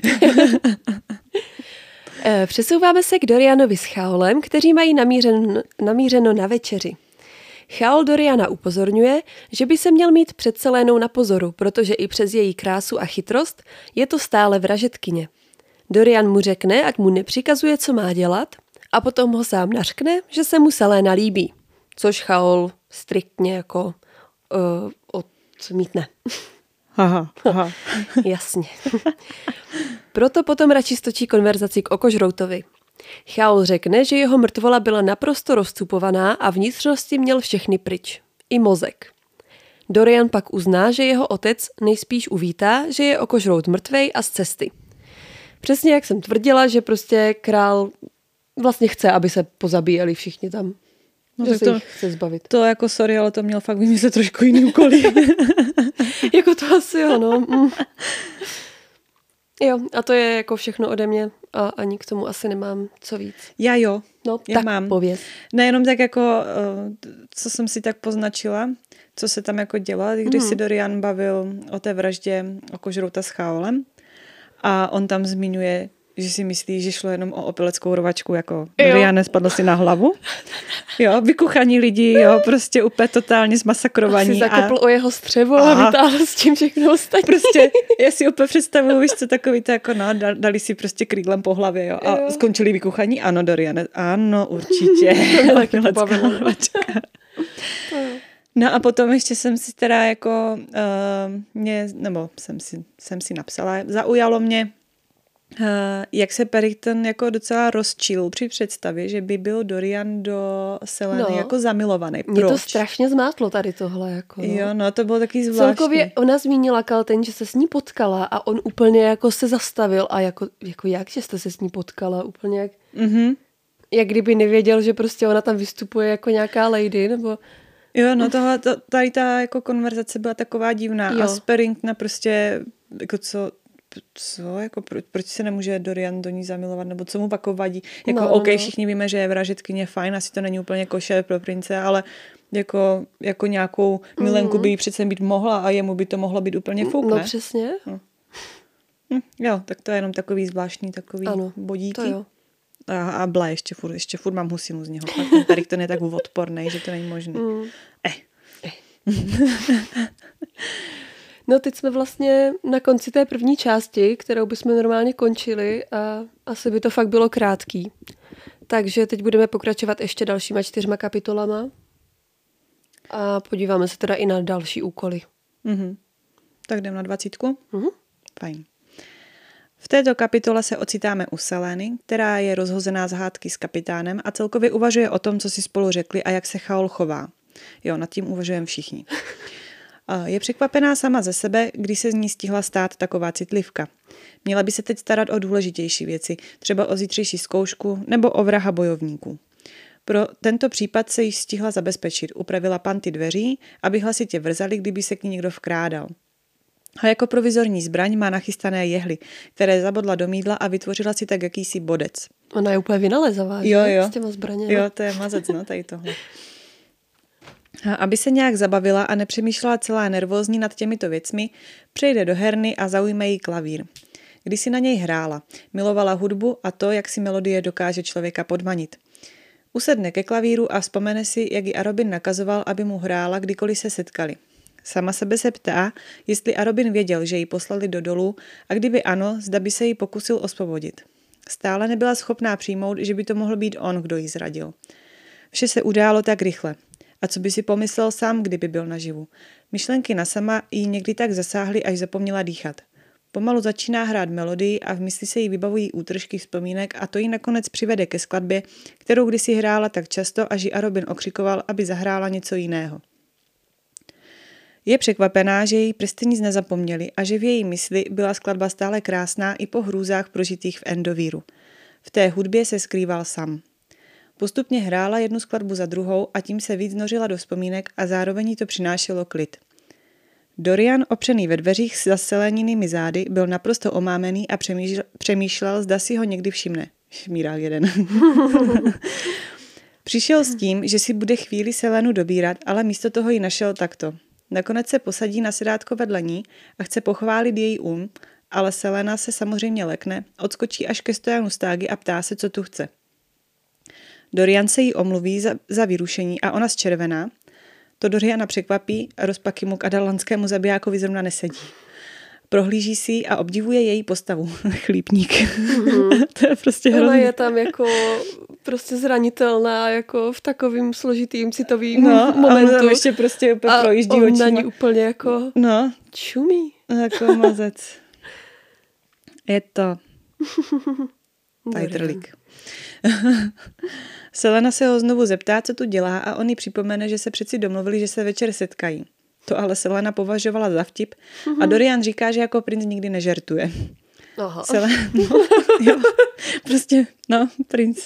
Přesouváme se k Dorianovi s Chaolem, kteří mají namířeno na večeři. Chaol Doriana upozorňuje, že by se měl mít před Selénou na pozoru, protože i přes její krásu a chytrost je to stále vražedkyně. Dorian mu řekne, ať mu nepřikazuje, co má dělat, a potom ho sám nařkne, že se mu Seléna líbí, což Chaol striktně jako odmítne. Aha. Jasně. Proto potom radši stočí konverzaci k okožroutovi. Chaol řekne, že jeho mrtvola byla naprosto rozcupovaná a vnitřnosti měl všechny pryč. I mozek. Dorian pak uzná, že jeho otec nejspíš uvítá, že je okožrout mrtvej a z cesty. Přesně jak jsem tvrdila, že prostě král vlastně chce, aby se pozabíjeli všichni tam. No, že se jich chce zbavit. To jako sorry, ale to měl fakt vymyslet trošku jiný úkoly. Jako to asi jo, no. Jo, a to je jako všechno ode mě a ani k tomu asi nemám co víc. Já jo. No, já tak mám. Pověz. Nejenom tak jako, co jsem si tak poznačila, co se tam jako dělo, když si Dorian bavil o té vraždě okožrouta s Chaolem a on tam zmiňuje, že si myslí, že šlo jenom o opileckou rovačku, jako Dorian spadl si na hlavu. Jo, vykuchaní lidi, jo, prostě úplně totálně zmasakrovaní. Asi zakopl o jeho střevo a vytáhl s tím všechno ostatní. Prostě, já si úplně představuju, víš co, takový to jako, no, dali si prostě krýdlem po hlavě, jo, a skončili vykuchaní. Ano, Dorian, ano, určitě. Opilecká rovačka. No a potom ještě jsem si teda jako, jsem si napsala, zaujalo mě, jak se Paddington jako docela rozčilil při představě, že by byl Dorian do Seleny jako zamilovaný. Proč? Mě to strašně zmátlo tady tohle. Jako, no. Jo, no to bylo taky zvláštní. Celkově ona zmínila Kaltain, že se s ní potkala a on úplně jako se zastavil a jako jak, že jste se s ní potkala? Úplně jak, jak kdyby nevěděl, že prostě ona tam vystupuje jako nějaká lady, nebo... Jo, no tady ta jako konverzace byla taková divná a z Paddingtona prostě jako co, jako proč se nemůže Dorian do ní zamilovat, nebo co mu pak vadí. Jako všichni víme, že je vražedkyně fajn, asi to není úplně košer pro prince, ale jako nějakou milenku by jí přece být mohla a jemu by to mohlo být úplně fuk, no, ne? Přesně. No. Jo, tak to je jenom takový zvláštní, takový bodíky. To jo. A bla, ještě furt mám husinu z něho. Ten Paddington je tak odporný, že to není možné. No teď jsme vlastně na konci té první části, kterou bychom normálně končili a asi by to fakt bylo krátký. Takže teď budeme pokračovat ještě dalšíma 4 kapitolama a podíváme se teda i na další úkoly. Tak jdem na 20. Fajn. V této kapitole se ocitáme u Seleny, která je rozhozená z hádky s kapitánem a celkově uvažuje o tom, co si spolu řekli a jak se Chaol chová. Jo, nad tím uvažujeme všichni. Je překvapená sama ze sebe, když se z ní stihla stát taková citlivka. Měla by se teď starat o důležitější věci, třeba o zítřejší zkoušku nebo o vraha bojovníků. Pro tento případ se již stihla zabezpečit, upravila panty dveří, aby hlasitě vrzaly, kdyby se k ní někdo vkrádal. A jako provizorní zbraň má nachystané jehly, které zabodla do mýdla a vytvořila si tak jakýsi bodec. Ona je úplně vynalezavá, jo. S těma zbraněmi. Jo, to je mazec, no, tady tohle. A aby se nějak zabavila a nepřemýšlela celá nervózní nad těmito věcmi, přejde do herny a zaujme jí klavír. Když si na něj hrála, milovala hudbu a to, jak si melodie dokáže člověka podmanit. Usedne ke klavíru a vzpomene si, jak ji Arobin nakazoval, aby mu hrála, kdykoliv se setkali. Sama sebe se ptá, jestli Arobin věděl, že ji poslali do dolů a kdyby ano, zda by se jí pokusil osvobodit. Stále nebyla schopná přijmout, že by to mohl být on, kdo ji zradil. Vše se událo tak rychle. A co by si pomyslel sám, kdyby byl naživu? Myšlenky na sama jí někdy tak zasáhly, až zapomněla dýchat. Pomalu začíná hrát melodii a v mysli se jí vybavují útržky vzpomínek a to jí nakonec přivede ke skladbě, kterou kdysi hrála tak často, až ji Arobin okřikoval, aby zahrála něco jiného. Je překvapená, že její prsty nic nezapomněly a že v její mysli byla skladba stále krásná i po hrůzách prožitých v Endovíru. V té hudbě se skrýval Sam. Postupně hrála jednu skladbu za druhou a tím se víc nořila do vzpomínek a zároveň jí to přinášelo klid. Dorian, opřený ve dveřích s zaseleněnými zády, byl naprosto omámený a přemýšlel, zda si ho někdy všimne. Šmíral jeden. Přišel s tím, že si bude chvíli Selenu dobírat, ale místo toho ji našel takto. Nakonec se posadí na sedátko vedle ní a chce pochválit její ale Selena se samozřejmě lekne, odskočí až ke stojanu stágy a ptá se, co tu chce. Dorian se jí omluví za vyrušení a ona zčervená. To Doriana překvapí a rozpaky mu k adallanskému zabijákovi zrovna nesedí. Prohlíží si ji a obdivuje její postavu. Chlípník. To je prostě hrozný. Ona je tam jako prostě zranitelná, jako v takovým složitým citovým momentu. A on tam ještě prostě úplně projíždí očima. A on na ní úplně jako čumí. Jako mazec. Je to tajtrlík. Selena se ho znovu zeptá, co tu dělá a on jí připomene, že se přeci domluvili, že se večer setkají. To ale Selena považovala za vtip a Dorian říká, že jako princ nikdy nežertuje. Aha. Princ.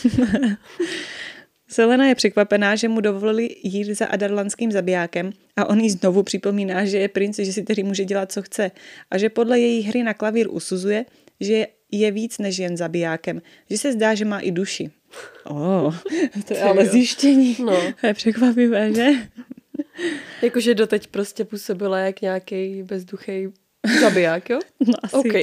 Selena je překvapená, že mu dovolili jít za adarlanským zabijákem a on jí znovu připomíná, že je princ, že si tedy může dělat, co chce a že podle její hry na klavír usuzuje, že je víc než jen zabijákem, že se zdá, že má i duši. To je ale zjištění. To je překvapivé, že? Jakože doteď prostě působila jak nějaký bezduchý zabiják, jo? No asi. Okay.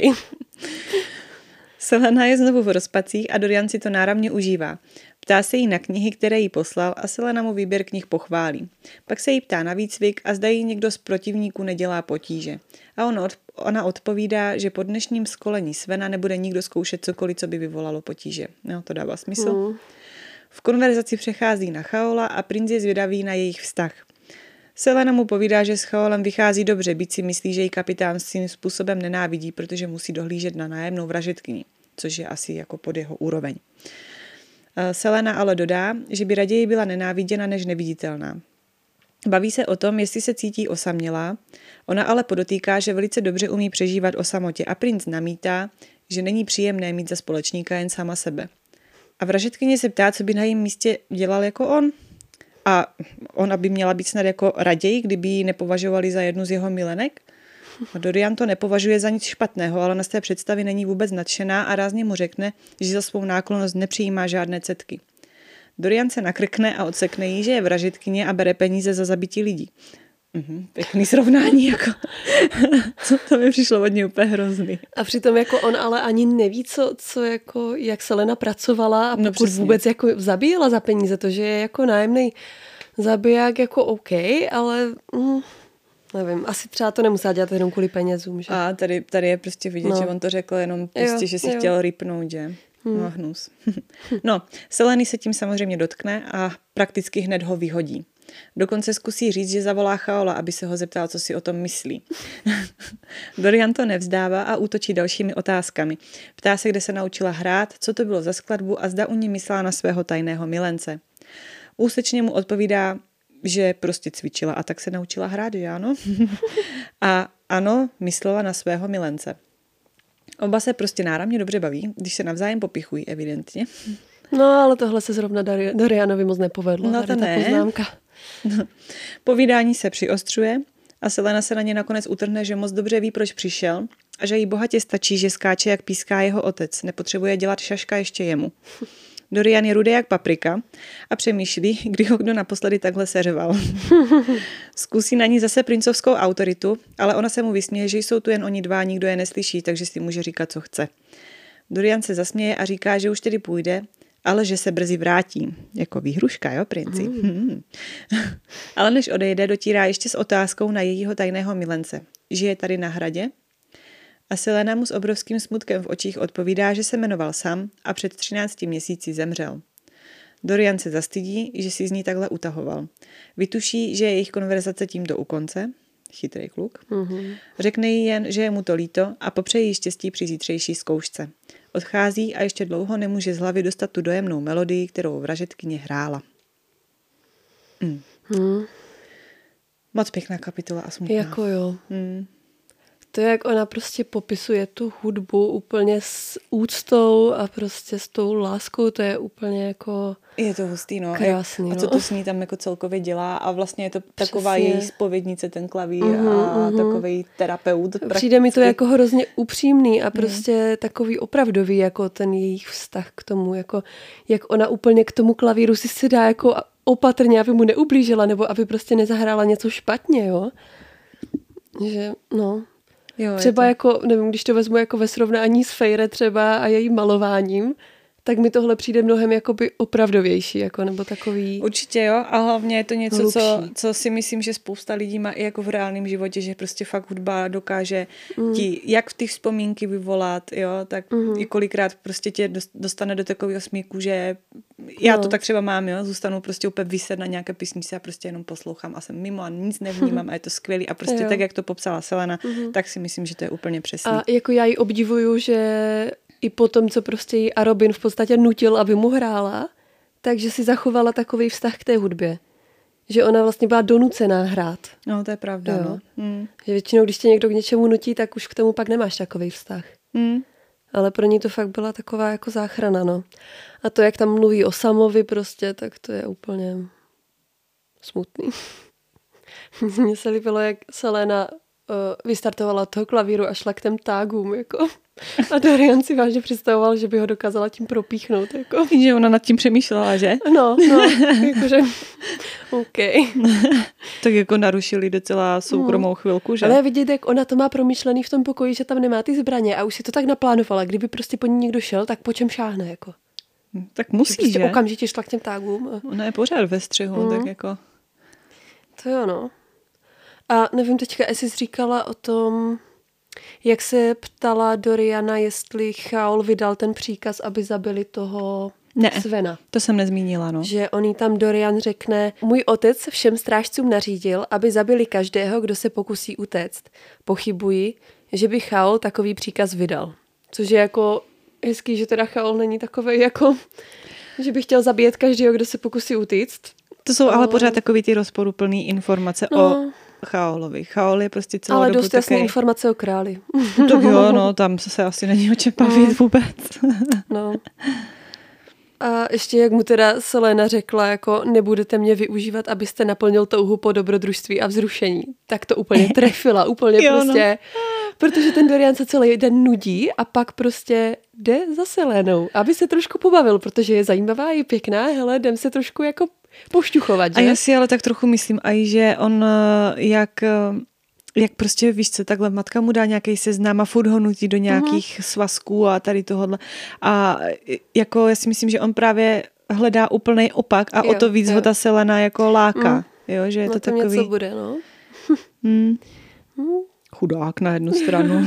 Selena je znovu v rozpacích a Dorian si to náramně užívá. Ptá se jí na knihy, které jí poslal a Selena mu výběr knih pochválí. Pak se jí ptá na výcvik a zda jí někdo z protivníků nedělá potíže. A ona odpovídá, že po dnešním školení Svena nebude nikdo zkoušet cokoliv, co by vyvolalo potíže. No, to dává smysl. V konverzaci přechází na Chaola a princ je zvědavý na jejich vztah. Selena mu povídá, že s Chaolem vychází dobře, byť si myslí, že ji kapitán svým způsobem nenávidí, protože musí dohlížet na nájemnou vražedkyni, což je asi jako pod jeho úroveň. Selena ale dodá, že by raději byla nenáviděna než neviditelná. Baví se o tom, jestli se cítí osamělá, ona ale podotýká, že velice dobře umí přežívat o samotě a princ namítá, že není příjemné mít za společníka jen sama sebe. A vražedkyně se ptá, co by na jejím místě dělal jako on. A ona by měla být snad jako raději, kdyby ji nepovažovali za jednu z jeho milenek? A Dorian to nepovažuje za nic špatného, ale na z té představy není vůbec nadšená a rázně mu řekne, že za svou náklonnost nepřijímá žádné cetky. Dorian se nakrkne a odsekne jí, že je vražedkyně a bere peníze za zabití lidí. Pěkný srovnání, jako. To mi přišlo od něj úplně hrozný. A přitom jako on ale ani neví, co jako, jak Selena pracovala a pokud vůbec jako zabíjela za peníze, to, že je jako nájemný zabiják jako OK, ale nevím, asi třeba to nemusela dělat jenom kvůli penězům, že? A tady je prostě vidět, že on to řekl jenom prostě, že si chtěl rýpnout, že? No, hnus. No, Seleny se tím samozřejmě dotkne a prakticky hned ho vyhodí. Dokonce zkusí říct, že zavolá Chaola, aby se ho zeptal, co si o tom myslí. Dorian to nevzdává a útočí dalšími otázkami. Ptá se, kde se naučila hrát, co to bylo za skladbu a zda u ní myslela na svého tajného milence. Úsečně mu odpovídá, že prostě cvičila a tak se naučila hrát, že ano? A ano, myslela na svého milence. Oba se prostě náramně dobře baví, když se navzájem popichují, evidentně. No, ale tohle se zrovna Dorianovi moc nepovedlo. No to ne. Poznámka. No. Povídání se přiostřuje a Selena se na ně nakonec utrhne, že moc dobře ví, proč přišel a že jí bohatě stačí, že skáče, jak píská jeho otec. Nepotřebuje dělat šaška ještě jemu. Dorian je rudý jak paprika a přemýšlí, kdy ho kdo naposledy takhle seřval. Zkusí na ní zase princovskou autoritu, ale ona se mu vysměje, že jsou tu jen oni dva, nikdo je neslyší, takže si může říkat, co chce. Dorian se zasměje a říká, že už tedy půjde, ale že se brzy vrátí. Jako výhruška, jo, princi? Ale než odejde, dotírá ještě s otázkou na jejího tajného milence. Žije tady na hradě? A Selena mu s obrovským smutkem v očích odpovídá, že se jmenoval Sam a před 13 měsíci zemřel. Dorian se zastydí, že si z ní takhle utahoval. Vytuší, že je jejich konverzace tímto u konce. Chytrý kluk. Řekne jí jen, že je mu to líto a popřeje jí štěstí při zítřejší zkoušce. Odchází a ještě dlouho nemůže z hlavy dostat tu dojemnou melodii, kterou vražedkyně hrála. Moc pěkná kapitola a smutná. Jako jo. To je, jak ona prostě popisuje tu hudbu úplně s úctou a prostě s tou láskou, to je úplně jako je to hustý, no. Krásný, a co to s ní tam jako celkově dělá a vlastně je to taková Přesně. její zpovědnice, ten klavír a takovej terapeut. Přijde mi to jako hrozně upřímný a prostě takový opravdový, jako ten jejich vztah k tomu, jako jak ona úplně k tomu klavíru si se dá jako opatrně, aby mu neublížila, nebo aby prostě nezahrála něco špatně, jo. Že, no. Jo, třeba jako, nevím, když to vezmu jako ve srovnání s Feyre třeba a jejím malováním, tak mi tohle přijde mnohem jakoby opravdovější, jako, nebo takový. Určitě jo, a hlavně je to něco, co si myslím, že spousta lidí má i jako v reálném životě, že prostě fakt hudba dokáže ti jak v těch vzpomínky vyvolat, jo, tak i kolikrát prostě tě dostane do takového smíku, že já to tak třeba mám, jo, zůstanu prostě úplně vyset na nějaké písničce a prostě jenom poslouchám a jsem mimo a nic nevnímám a je to skvělý a prostě tak, jak to popsala Selena, tak si myslím, že to je úplně přesný. A jako já ji obdivuju, že i po tom, co prostě jí Arobin v podstatě nutil, aby mu hrála, takže si zachovala takový vztah k té hudbě. Že ona vlastně byla donucená hrát. No, to je pravda, no. Že většinou, když tě někdo k něčemu nutí, tak už k tomu pak nemáš takový vztah. Ale pro ní to fakt byla taková jako záchrana, no. A to, jak tam mluví o Samovi prostě, tak to je úplně smutný. Mně se líbilo, jak Selena vystartovala od toho klavíru a šla k těm tágům, jako. A Dorian si vážně představoval, že by ho dokázala tím propíchnout, jako. Že ona nad tím přemýšlela, že? No, jakože, OK. Tak jako narušili docela soukromou chvilku, že? Ale vidět, jak ona to má promyšlený v tom pokoji, že tam nemá ty zbraně a už si to tak naplánovala. Kdyby prostě po ní někdo šel, tak po čem šáhne, jako. Tak musí, prostě že? Okamžitě šla k těm tágům. A... Ona je pořád ve střihu, tak jako... To jo, no. A nevím teďka, jestli jsi říkala o tom, jak se ptala Doriana, jestli Chaol vydal ten příkaz, aby zabili toho Svena. To jsem nezmínila, no. Že on jí tam Dorian řekne, můj otec všem strážcům nařídil, aby zabili každého, kdo se pokusí utéct. Pochybuji, že by Chaol takový příkaz vydal. Což je jako hezký, že teda Chaol není takovej jako, že by chtěl zabíjet každého, kdo se pokusí utíct. To jsou ale pořád takový ty rozporuplný informace o Chaolovi. Chaol je prostě celou ale dobu dost jasný informace o králi. Tak jo, no, tam se asi není o čem bavit vůbec. No. A ještě jak mu teda Selena řekla, jako nebudete mě využívat, abyste naplnil touhu po dobrodružství a vzrušení. Tak to úplně trefila, úplně jo, prostě. No. Protože ten Dorian se celý den nudí a pak prostě jde za Selenou, aby se trošku pobavil, protože je zajímavá, je pěkná, hele, jdem se trošku jako pošťuchovat, že? A já si ale tak trochu myslím, aj že on jak prostě, víš co, takhle matka mu dá nějaký seznam a furt ho nutí do nějakých svazků a tady tohohle. A jako já si myslím, že on právě hledá úplnej opak a o to víc ho ta Selena jako láká. Jo, že je to takový... něco bude, no. Chudák na jednu stranu.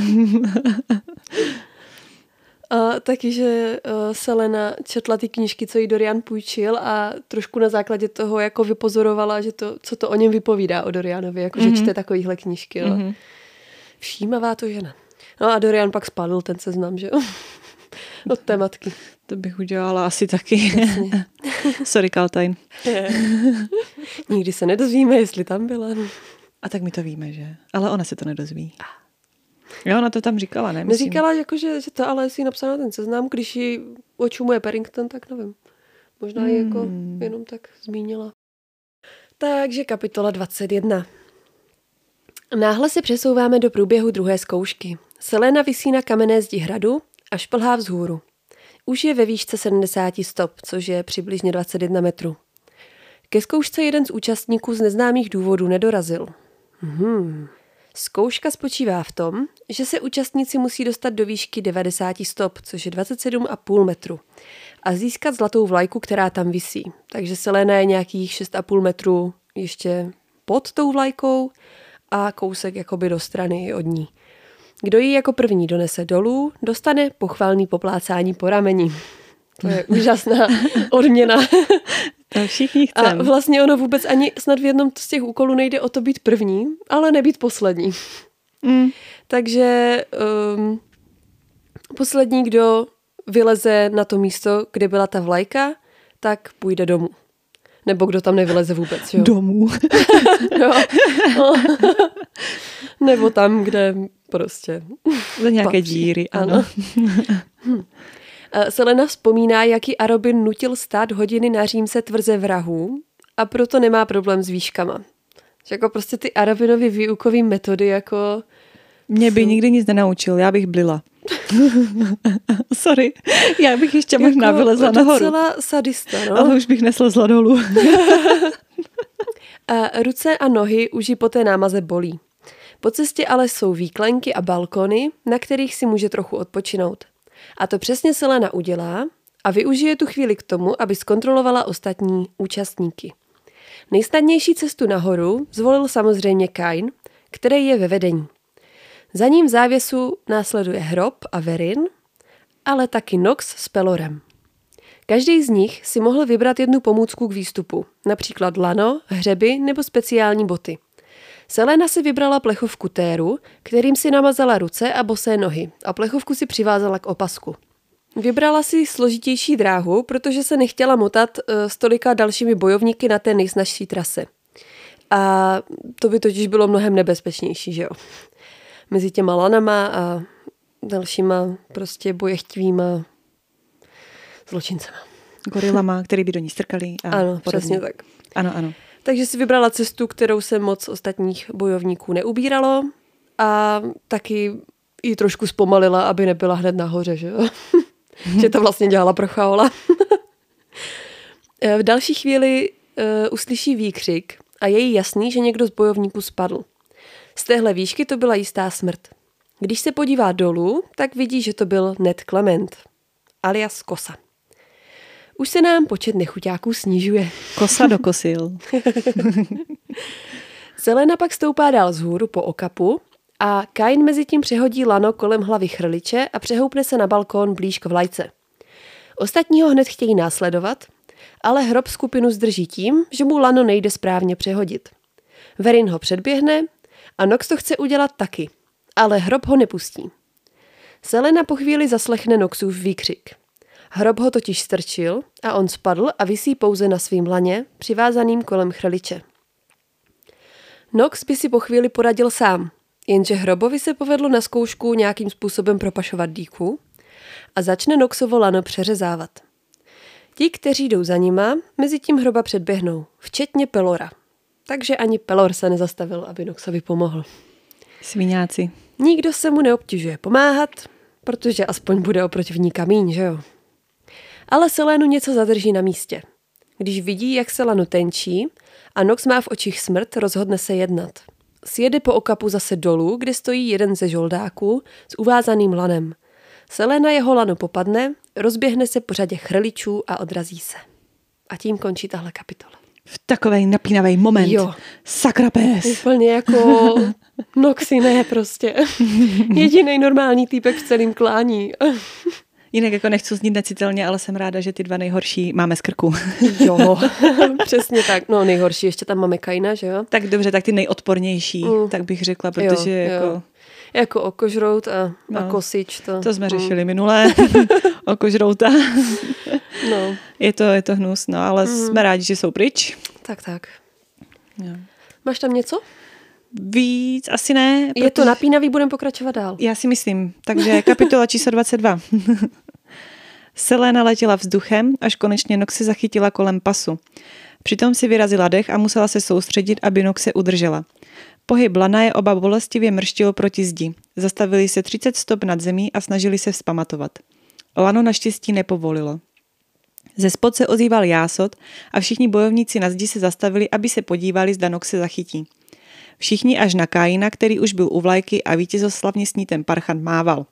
A taky, že Selena četla ty knížky, co jí Dorian půjčil a trošku na základě toho jako vypozorovala, že to, co to o něm vypovídá o Dorianovi, jako že čte takovýhle knížky. Jo. Všímavá to žena. No a Dorian pak spadl ten seznam, že jo? Od té matky. To bych udělala asi taky. Sorry, Kaltajn. Nikdy se nedozvíme, jestli tam byla. A tak my to víme, že? Ale ona se to nedozví. Jo, ona to tam říkala, ne? Neříkala, jako, že to, ale jestli napsala ten seznam, když ji očumuje Paddington, tak nevím. Možná ji jako jenom tak zmínila. Takže kapitola 21. Náhle se přesouváme do průběhu druhé zkoušky. Selena visí na kamenné zdi hradu a šplhá vzhůru. Už je ve výšce 70 stop, což je přibližně 21 metrů. Ke zkoušce jeden z účastníků z neznámých důvodů nedorazil. Zkouška spočívá v tom, že se účastníci musí dostat do výšky 90 stop, což je 27,5 metru, a získat zlatou vlajku, která tam visí. Takže Selena je nějakých 6,5 metru ještě pod tou vlajkou a kousek jakoby do strany od ní. Kdo ji jako první donese dolů, dostane pochvalný poplácání po rameni. To je úžasná odměna. To všichni chceme. A vlastně ono vůbec ani snad v jednom z těch úkolů nejde o to být první, ale nebýt poslední. Takže poslední, kdo vyleze na to místo, kde byla ta vlajka, tak půjde domů. Nebo kdo tam nevyleze vůbec. Jo? Domů. Jo. Nebo tam, kde prostě Za nějaké díry, ano. Selena vzpomíná, jaký Arobin nutil stát hodiny na Římse tvrze vrahů a proto nemá problém s výškama. Že jako prostě ty Arobinovy výukové metody jako... Mě by nikdy nic nenaučil, já bych blila. Sorry, já bych ještě možná jako vylezla nahoru. Docela sadista, no. Ale už bych neslezla dolů. A ruce a nohy už ji po té námaze bolí. Po cestě ale jsou výklenky a balkony, na kterých si může trochu odpočinout. A to přesně Selena udělá a využije tu chvíli k tomu, aby zkontrolovala ostatní účastníky. Nejsnadnější cestu nahoru zvolil samozřejmě Kain, který je ve vedení. Za ním v závěsu následuje Hrob a Verin, ale taky Nox s Pelorem. Každý z nich si mohl vybrat jednu pomůcku k výstupu, například lano, hřeby nebo speciální boty. Selena si vybrala plechovku téru, kterým si namazala ruce a bosé nohy a plechovku si přivázala k opasku. Vybrala si složitější dráhu, protože se nechtěla motat s tolika dalšími bojovníky na té nejsnažší trase. A to by totiž bylo mnohem nebezpečnější, že jo? Mezi těma lanama a dalšíma prostě bojechtivýma zločincema. Gorilama, který by do ní strkali. A ano, podobně. přesně tak. Ano, ano. Takže si vybrala cestu, kterou se moc ostatních bojovníků neubíralo a taky ji trošku zpomalila, aby nebyla hned nahoře, že jo? Že to vlastně dělala pro Chaola. V další chvíli uslyší výkřik a je jí jasný, že někdo z bojovníků spadl. Z téhle výšky to byla jistá smrt. Když se podívá dolů, tak vidí, že to byl Ned Clement, alias Kosa. Už se nám počet nechuťáků snižuje. Kosa dokosil. Selena pak stoupá dál vzhůru po okapu a Kain mezi tím přehodí lano kolem hlavy chrliče a přehoupne se na balkón blíž k vlajce. Ostatní ho hned chtějí následovat, ale Hrob skupinu zdrží tím, že mu lano nejde správně přehodit. Verin ho předběhne a Nox to chce udělat taky, ale Hrob ho nepustí. Selena po chvíli zaslechne Noxův výkřik. Hrob ho totiž strčil a on spadl a visí pouze na svým laně, přivázaným kolem chrliče. Nox by si po chvíli poradil sám, jenže Hrobovi se povedlo na zkoušku nějakým způsobem propašovat dýku a začne Noxovo lano přeřezávat. Ti, kteří jdou za nima, mezi tím Hroba předběhnou, včetně Pelora. Takže ani Pelor se nezastavil, aby Noxovi pomohl. Sviňáci. Nikdo se mu neobtěžuje pomáhat, protože aspoň bude o protivníka míň, že jo? Ale Selenu něco zadrží na místě. Když vidí, jak se lano tenčí a Nox má v očích smrt, rozhodne se jednat. Sjede po okapu zase dolů, kde stojí jeden ze žoldáků s uvázaným lanem. Selena jeho lano popadne, rozběhne se po řadě chrličů a odrazí se. A tím končí tahle kapitola. V takovej napínavý moment. Jo. Sakra pes. Úplně jako Noxiné prostě. Jedinej normální týpek v celém klání. Jinak jako nechci znít necitelně, ale jsem ráda, že ty dva nejhorší máme z krku. Jo, přesně tak. No nejhorší, ještě tam máme Kaina, že jo? Tak dobře, tak ty nejodpornější, tak bych řekla, protože jo. Jako okožrout a kosič. To jsme řešili minulé. Okožrouta. No. Je to hnus, no, ale jsme rádi, že jsou pryč. Tak. Jo. Máš tam něco? Víc asi ne. Je to napínavý, budeme pokračovat dál. Já si myslím. Takže kapitola číslo 22. Selena letěla vzduchem, až konečně Nox se zachytila kolem pasu. Přitom si vyrazila dech a musela se soustředit, aby Nox se udržela. Pohyb lana je oba bolestivě mrštil proti zdi. Zastavili se 30 stop nad zemí a snažili se vzpamatovat. Lano naštěstí nepovolilo. Ze spod se ozýval jásot a všichni bojovníci na zdi se zastavili, aby se podívali, zda Nox se zachytí. Všichni až na Kaina, který už byl u vlajky a vítězoslavně s ní ten parchant mával.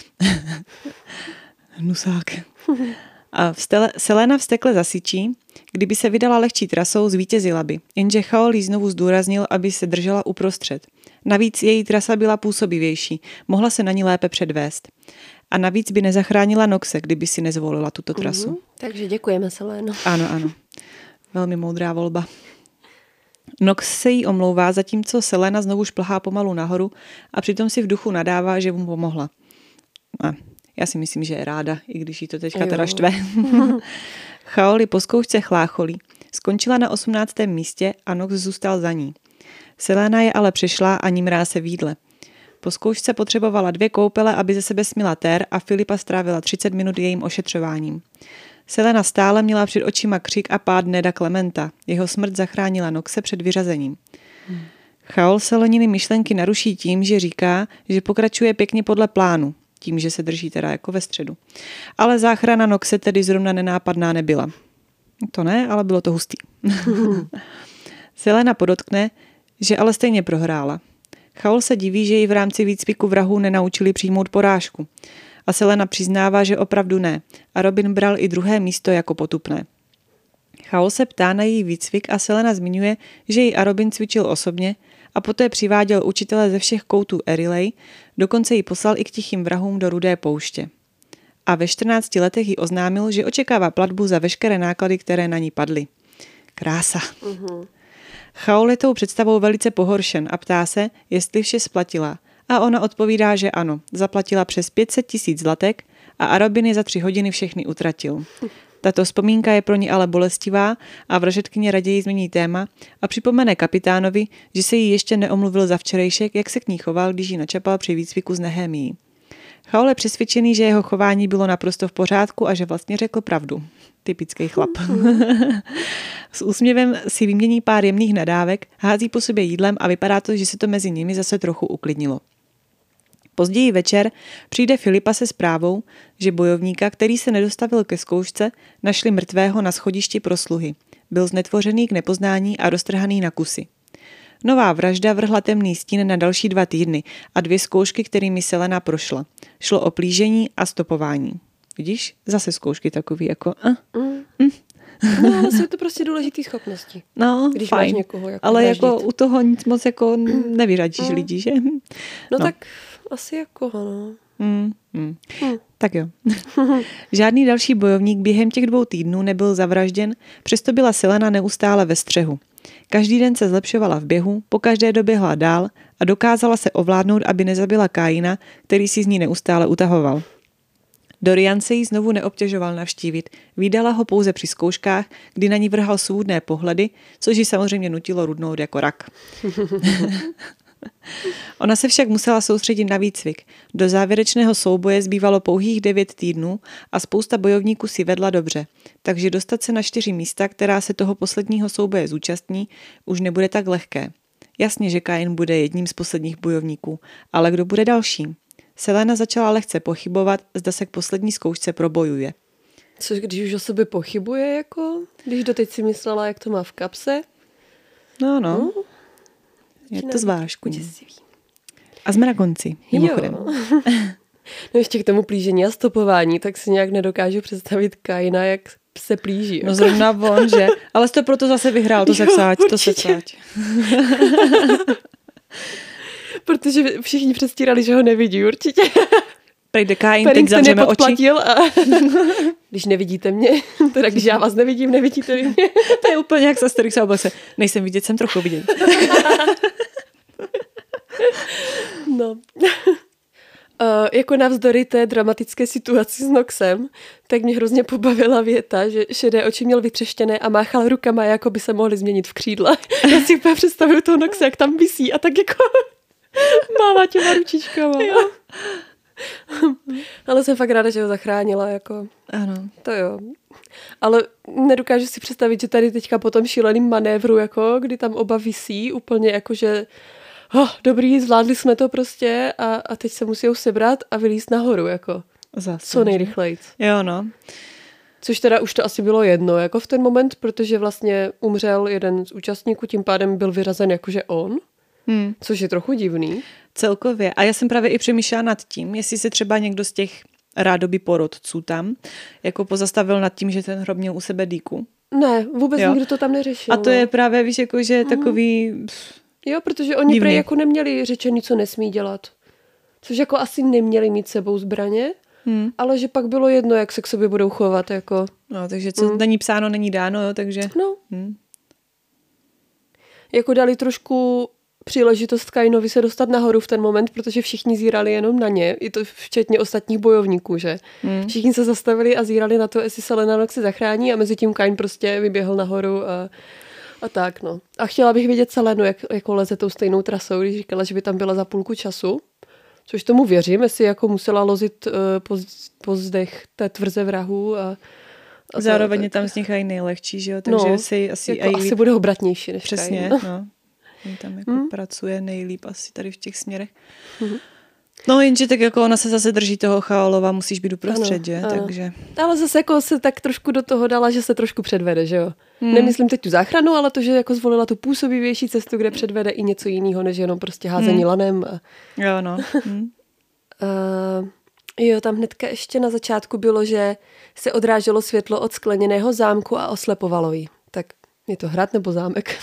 Hnusák. A Selena vztekle zasyčí, kdyby se vydala lehčí trasou, zvítězila by, jenže Chaol jí znovu zdůraznil, aby se držela uprostřed. Navíc její trasa byla působivější, mohla se na ní lépe předvést. A navíc by nezachránila Noxe, kdyby si nezvolila tuto trasu. Takže děkujeme, Seleno. Ano. Velmi moudrá volba. Nox se jí omlouvá, zatímco Selena znovu šplhá pomalu nahoru a přitom si v duchu nadává, že mu pomohla. A já si myslím, že je ráda, i když jí to teďka teda štve. Chaoli po zkoušce chlácholí. Skončila na 18. místě a Nox zůstal za ní. Selena je ale přišla a nímrá se v jídle. Po zkoušce potřebovala 2 koupele, aby ze sebe smila tér a Filipa strávila 30 minut jejím ošetřováním. Selena stále měla před očima křik a pád Neda Clementa. Jeho smrt zachránila Noxe před vyřazením. Chaol Seloniny myšlenky naruší tím, že říká, že pokračuje pěkně podle plánu, tím, že se drží teda jako ve středu. Ale záchrana Noxe tedy zrovna nenápadná nebyla. To ne, ale bylo to hustý. Selena podotkne, že ale stejně prohrála. Chaol se diví, že ji v rámci výcviku vrahů nenaučili přijmout porážku. A Selena přiznává, že opravdu ne. A Robin bral i 2. místo jako potupné. Chaol se ptá na její výcvik a Selena zmiňuje, že ji a Robin cvičil osobně a poté přiváděl učitele ze všech koutů Erilej, dokonce ji poslal i k tichým vrahům do Rudé pouště. A ve 14 letech jí oznámil, že očekává platbu za veškeré náklady, které na ní padly. Krása. Chaol je tou představou velice pohoršen a ptá se, jestli vše splatila. A ona odpovídá, že ano, zaplatila přes 500 000 zlatek a Arobin je za 3 hodiny všechny utratil. Tato vzpomínka je pro ní ale bolestivá a vražedkyně raději změní téma a připomene kapitánovi, že se jí ještě neomluvil za včerejšek, jak se k ní choval, když ji načapal při výcviku s Nehemií. Chaol je přesvědčený, že jeho chování bylo naprosto v pořádku a že vlastně řekl pravdu. Typický chlap. S úsměvem si vymění pár jemných nadávek, hází po sobě jídlem a vypadá to, že se to mezi nimi zase trochu uklidnilo. Později večer přijde Filipa se zprávou, že bojovníka, který se nedostavil ke zkoušce, našli mrtvého na schodišti pro sluhy. Byl znetvořený k nepoznání a roztrhaný na kusy. Nová vražda vrhla temný stín na další 2 týdny a 2 zkoušky, kterými Selena prošla. Šlo o plížení a stopování. Vidíš? Zase zkoušky takový jako... No, ale jsou to prostě důležitý schopnosti. No, když fajn. Máš někoho jako ale vraždit. jako u toho nic moc jako nevyřadíš lidi, že? No tak asi jako no. Tak jo. Žádný další bojovník během těch 2 týdnů nebyl zavražděn, přesto byla Selena neustále ve střehu. Každý den se zlepšovala v běhu, pokaždé doběhla dál a dokázala se ovládnout, aby nezabila Kaina, který si z ní neustále utahoval. Dorian se jí znovu neobtěžoval navštívit, vídala ho pouze při zkouškách, kdy na ní vrhal svůdné pohledy, což ji samozřejmě nutilo rudnout jako rak. Ona se však musela soustředit na výcvik. Do závěrečného souboje zbývalo pouhých 9 týdnů a spousta bojovníků si vedla dobře, takže dostat se na 4 místa, která se toho posledního souboje zúčastní, už nebude tak lehké. Jasně, že Kain bude jedním z posledních bojovníků, ale kdo bude další? Selena začala lehce pochybovat, zda se k poslední zkoušce probojuje. Což když už o sobě pochybuje, jako? Když doteď si myslela, jak to má v kapse? No. Je to zvláštní. A jsme na konci, mimochodem. No ještě k tomu plížení a stopování, tak si nějak nedokážu představit Kaina, jak se plíží. Jako. No zrovna on, že? Ale jsi to proto zase vyhrál, to se vsáď. Protože všichni předstírali, že ho nevidí, určitě. Prejde Kain, teď zavřeme oči. A... Když nevidíte mě, teda když já vás nevidím, nevidíte mě. To je úplně jak z Asterix a Obelix. Nejsem vidět, jsem trochu vidět. No. Jako navzdory té dramatické situaci s Noxem, tak mě hrozně pobavila věta, že šedé oči měl vytřeštěné a máchal rukama, jako by se mohly změnit v křídla. Já si úplně představuju toho Noxe, jak tam visí a tak jako mává těma ručičkama. Jo. Ale jsem fakt ráda, že ho zachránila. Jako. Ano. To jo. Ale nedokážu si představit, že tady teďka po tom šíleným manévru, jako, kdy tam oba visí, úplně jako, že dobrý, zvládli jsme to prostě a teď se musí sebrat a vylízt nahoru. Jako. Zase, co nejrychleji. Jo, no. Což teda už to asi bylo jedno, jako v ten moment, protože vlastně umřel jeden z účastníků, tím pádem byl vyřazen jakože on, což je trochu divný. Celkově. A já jsem právě i přemýšlela nad tím, jestli se třeba někdo z těch rádoby porodců tam jako pozastavil nad tím, že ten hrob měl u sebe dýku. Ne, vůbec nikdo to tam neřešil. A to je právě, víš, jako, že takový... Jo, protože oni prej jako neměli řečený, co nesmí dělat. Což jako asi neměli mít sebou zbraně, ale že pak bylo jedno, jak se k sobě budou chovat. Jako. No, takže co není psáno, není dáno, jo, takže... No. Jako dali trošku příležitost Kainovi se dostat nahoru v ten moment, protože všichni zírali jenom na ně, i to včetně ostatních bojovníků, že? Všichni se zastavili a zírali na to, jestli se Lenarok se zachrání a mezi tím Kain prostě vyběhl nahoru a tak, no. A chtěla bych vidět Selenu, jak jako leze tou stejnou trasou, když říkala, že by tam byla za půlku času, což tomu věřím, jestli jako musela lozit po zdech té tvrze vrahů a zároveň je tam z nich aj nejlehčí, že jo? Takže si asi jako asi bude obratnější než přesně, Kain. no. On tam jako pracuje nejlíp asi tady v těch směrech. No jenže tak jako ona se zase drží toho Chaolova, musíš být uprostřed, že? Ano. Takže... Ale zase jako se tak trošku do toho dala, že se trošku předvede, že jo? Nemyslím teď tu záchranu, ale to, že jako zvolila tu působivější cestu, kde předvede i něco jiného, než jenom prostě házení lanem. Jo, no. Jo, tam hnedka ještě na začátku bylo, že se odráželo světlo od skleněného zámku a oslepovalo ji. Tak je to hrad nebo zámek?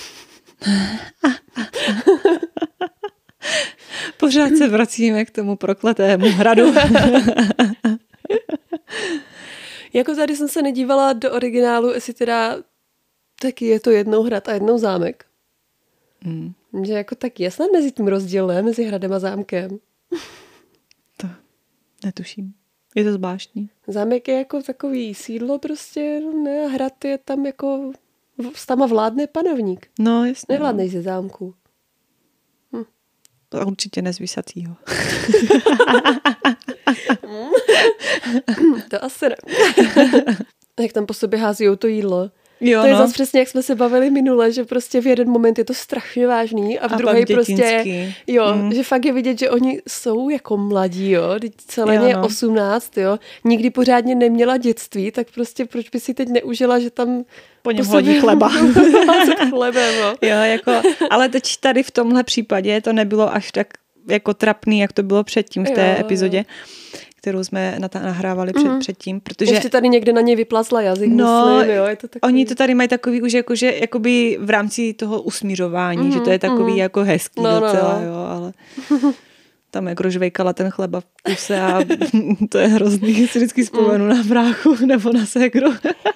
Pořád se vracíme k tomu prokletému hradu. Jako tady jsem se nedívala do originálu, jestli teda taky je to jednou hrad a jednou zámek. Že jako tak je snad mezi tím rozdílem, mezi hradem a zámkem. To netuším. Je to zvláštní. Zámek je jako takový sídlo prostě, ne, a hrad je tam jako, tam vládne panovník. No, jasně. Nevládnej ze zámku. To určitě ne z Vysacího. To asi ne. Jak tam po sobě házijou to jídlo. Jo, to je zase přesně, jak jsme se bavili minule, že prostě v jeden moment je to strašně vážný a v druhý prostě, že fakt je vidět, že oni jsou jako mladí, jo, teď Seleně je 18, jo, nikdy pořádně neměla dětství, tak prostě proč by si teď neužila, že tam po něm hodí chleba. Chlebem, jo. Jo, jako, ale teď tady v tomhle případě to nebylo až tak jako trapný, jak to bylo předtím v té epizodě, kterou jsme nahrávali předtím, protože... Ještě tady někde na něj vyplazla jazyk, myslím, jo, je to takový... Oni to tady mají takový už jako, že jakoby v rámci toho usmířování, že to je takový jako hezký docela, jo, ale tam jak rožvejkala ten chleba v puse a to je hrozný, si vždycky vzpomenu na bráchu nebo na ségru.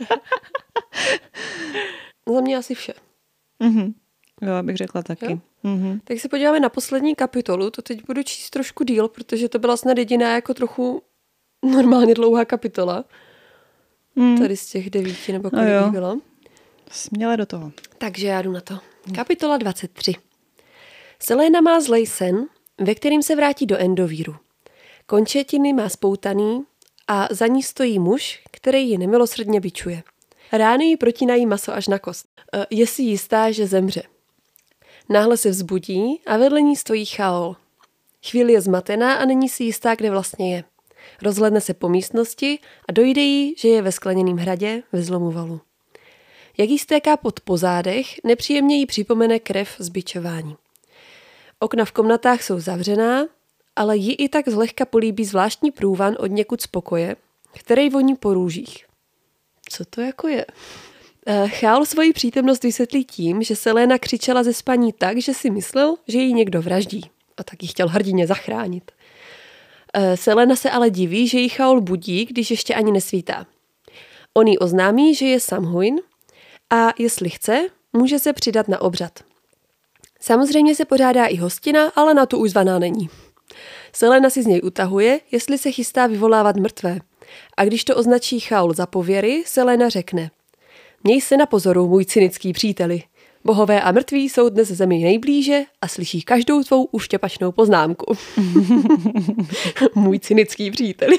Za mě asi vše. Jo, bych řekla taky. Tak se podíváme na poslední kapitolu, to teď budu číst trošku díl, protože to byla snad jediná jako trochu normálně dlouhá kapitola. Tady z těch 9 nebo kolik bylo. Směle do toho. Takže já jdu na to. Kapitola 23. Selena má zlej sen, ve kterým se vrátí do Endovíru. Končetiny má spoutaný a za ní stojí muž, který ji nemilosrdně bičuje. Rány jí protínají maso až na kost. Je si jistá, že zemře. Náhle se vzbudí a vedle ní stojí Chaol. Chvíli je zmatená a není si jistá, kde vlastně je. Rozhledne se po místnosti a dojde jí, že je ve skleněném hradě ve zlomu valu. Jak jí stéká pot po zádech, nepříjemně jí připomene krev z bičování. Okna v komnatách jsou zavřená, ale ji i tak zlehka políbí zvláštní průvan od někud z pokoje, který voní po růžích. Co to jako je? Chaol svoji přítomnost vysvětlí tím, že Selena křičela ze spaní tak, že si myslel, že ji někdo vraždí a tak ji chtěl hrdinně zachránit. Selena se ale diví, že ji Chaol budí, když ještě ani nesvítá. On jí oznámí, že je Samhain a jestli chce, může se přidat na obřad. Samozřejmě se pořádá i hostina, ale na to už zvaná není. Selena si z něj utahuje, jestli se chystá vyvolávat mrtvé. A když to označí Chaol za pověry, Selena řekne: Měj se na pozoru, můj cynický příteli. Bohové a mrtví jsou dnes zemi nejblíže a slyší každou tvou uštěpačnou poznámku. Můj cynický příteli.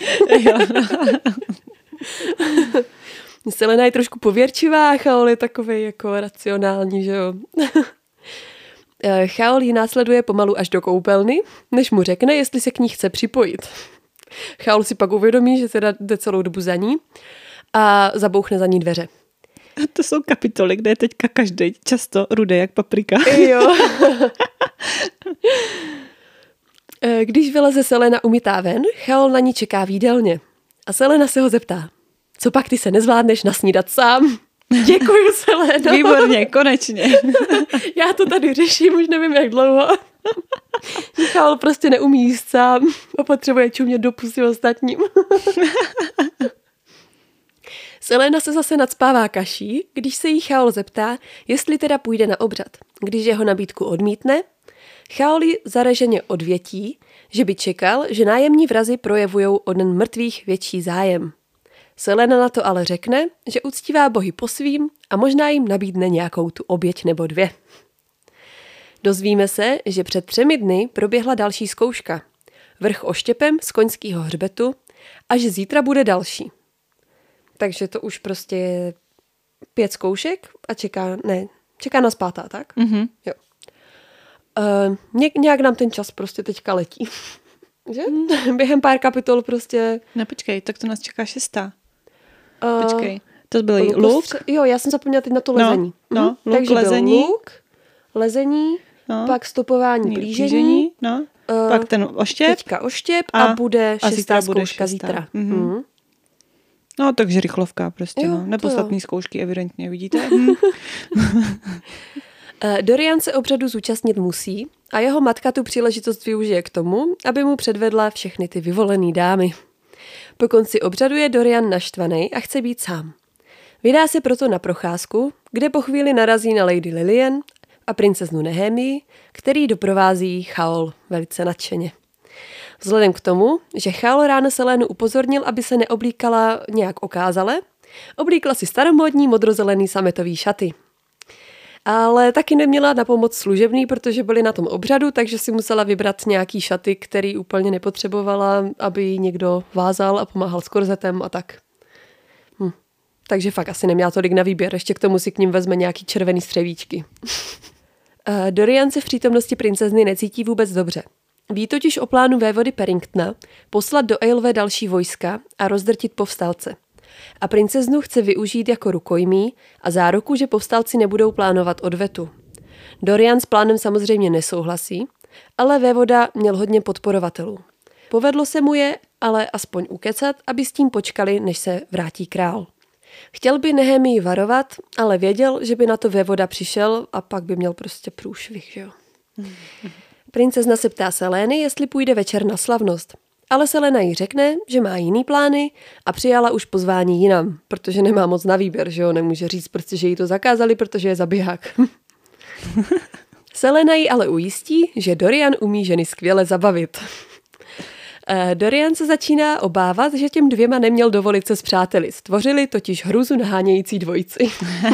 Selena je trošku pověrčivá, Chaol je takovej jako racionální, že jo. Chaol ji následuje pomalu až do koupelny, než mu řekne, jestli se k ní chce připojit. Chaol si pak uvědomí, že teda jde celou dobu za ní a zabouchne za ní dveře. To jsou kapitoly, kde je teďka každý často rudý jak paprika. Jo. Když vyleze Selena umytá ven, Chaol na ní čeká v jídelně. A Selena se ho zeptá, co pak ty se nezvládneš nasnídat sám? Děkuju, Seleno. Výborně, konečně. Já to tady řeším, už nevím jak dlouho. Chaol prostě neumí jíst sám a potřebuje čumět do pusy ostatním. Selena se zase nadspává kaší, když se jí Chaol zeptá, jestli teda půjde na obřad. Když jeho nabídku odmítne, Chaol ji zaraženě odvětí, že by čekal, že nájemní vrazi projevujou o den mrtvých větší zájem. Selena na to ale řekne, že uctívá bohy po svým a možná jim nabídne nějakou tu oběť nebo dvě. Dozvíme se, že před 3 dny proběhla další zkouška. Vrch oštěpem z koňského hřbetu a že zítra bude další. Takže to už prostě je 5 zkoušek a čeká nás 5, tak? Mm-hmm. Jo. Nějak nám ten čas prostě teďka letí. Že? Během pár kapitol prostě... No počkej, tak to nás čeká 6. Počkej, to byl luk. Jo, já jsem zapomněla teď na to lezení. No, luk, takže lezení. Byl luk, lezení, pak stopování, plížení, pak ten oštěp. Teďka oštěp a bude 6. zkouška zítra. Mm-hmm. No, takže rychlovka prostě, jo, nepodstatný zkoušky evidentně, vidíte? Dorian se obřadu zúčastnit musí a jeho matka tu příležitost využije k tomu, aby mu předvedla všechny ty vyvolené dámy. Po konci obřadu je Dorian naštvaný a chce být sám. Vydá se proto na procházku, kde po chvíli narazí na Lady Lilian a princeznu Nehemii, který doprovází Chaol velice nadšeně. Vzhledem k tomu, že Chaol ráno Selenu upozornil, aby se neoblíkala nějak okázale, oblíkla si staromódní modrozelený sametový šaty. Ale taky neměla na pomoc služebný, protože byli na tom obřadu, takže si musela vybrat nějaký šaty, který úplně nepotřebovala, aby ji někdo vázal a pomáhal s korzetem a tak. Takže fakt asi neměla tolik na výběr, ještě k tomu si k ním vezme nějaký červený střevíčky. Dorian se v přítomnosti princezny necítí vůbec dobře. Ví totiž o plánu vévody Paddingtona poslat do Eyllwe další vojska a rozdrtit povstalce. A princeznu chce využít jako rukojmí a záruku, že povstalci nebudou plánovat odvetu. Dorian s plánem samozřejmě nesouhlasí, ale vévoda měl hodně podporovatelů. Povedlo se mu je ale aspoň ukecat, aby s tím počkali, než se vrátí král. Chtěl by Nehemii varovat, ale věděl, že by na to vévoda přišel a pak by měl prostě průšvih, že jo. Princezna se ptá Selény, jestli půjde večer na slavnost. Ale Selena jí řekne, že má jiný plány a přijala už pozvání jinam, protože nemá moc na výběr, že jo, nemůže říct prostě, že jí to zakázali, protože je zabiják. Selena jí ale ujistí, že Dorian umí ženy skvěle zabavit. Dorian se začíná obávat, že těm 2 neměl dovolit se spřátelit. Stvořili totiž hruzu nahánějící dvojici.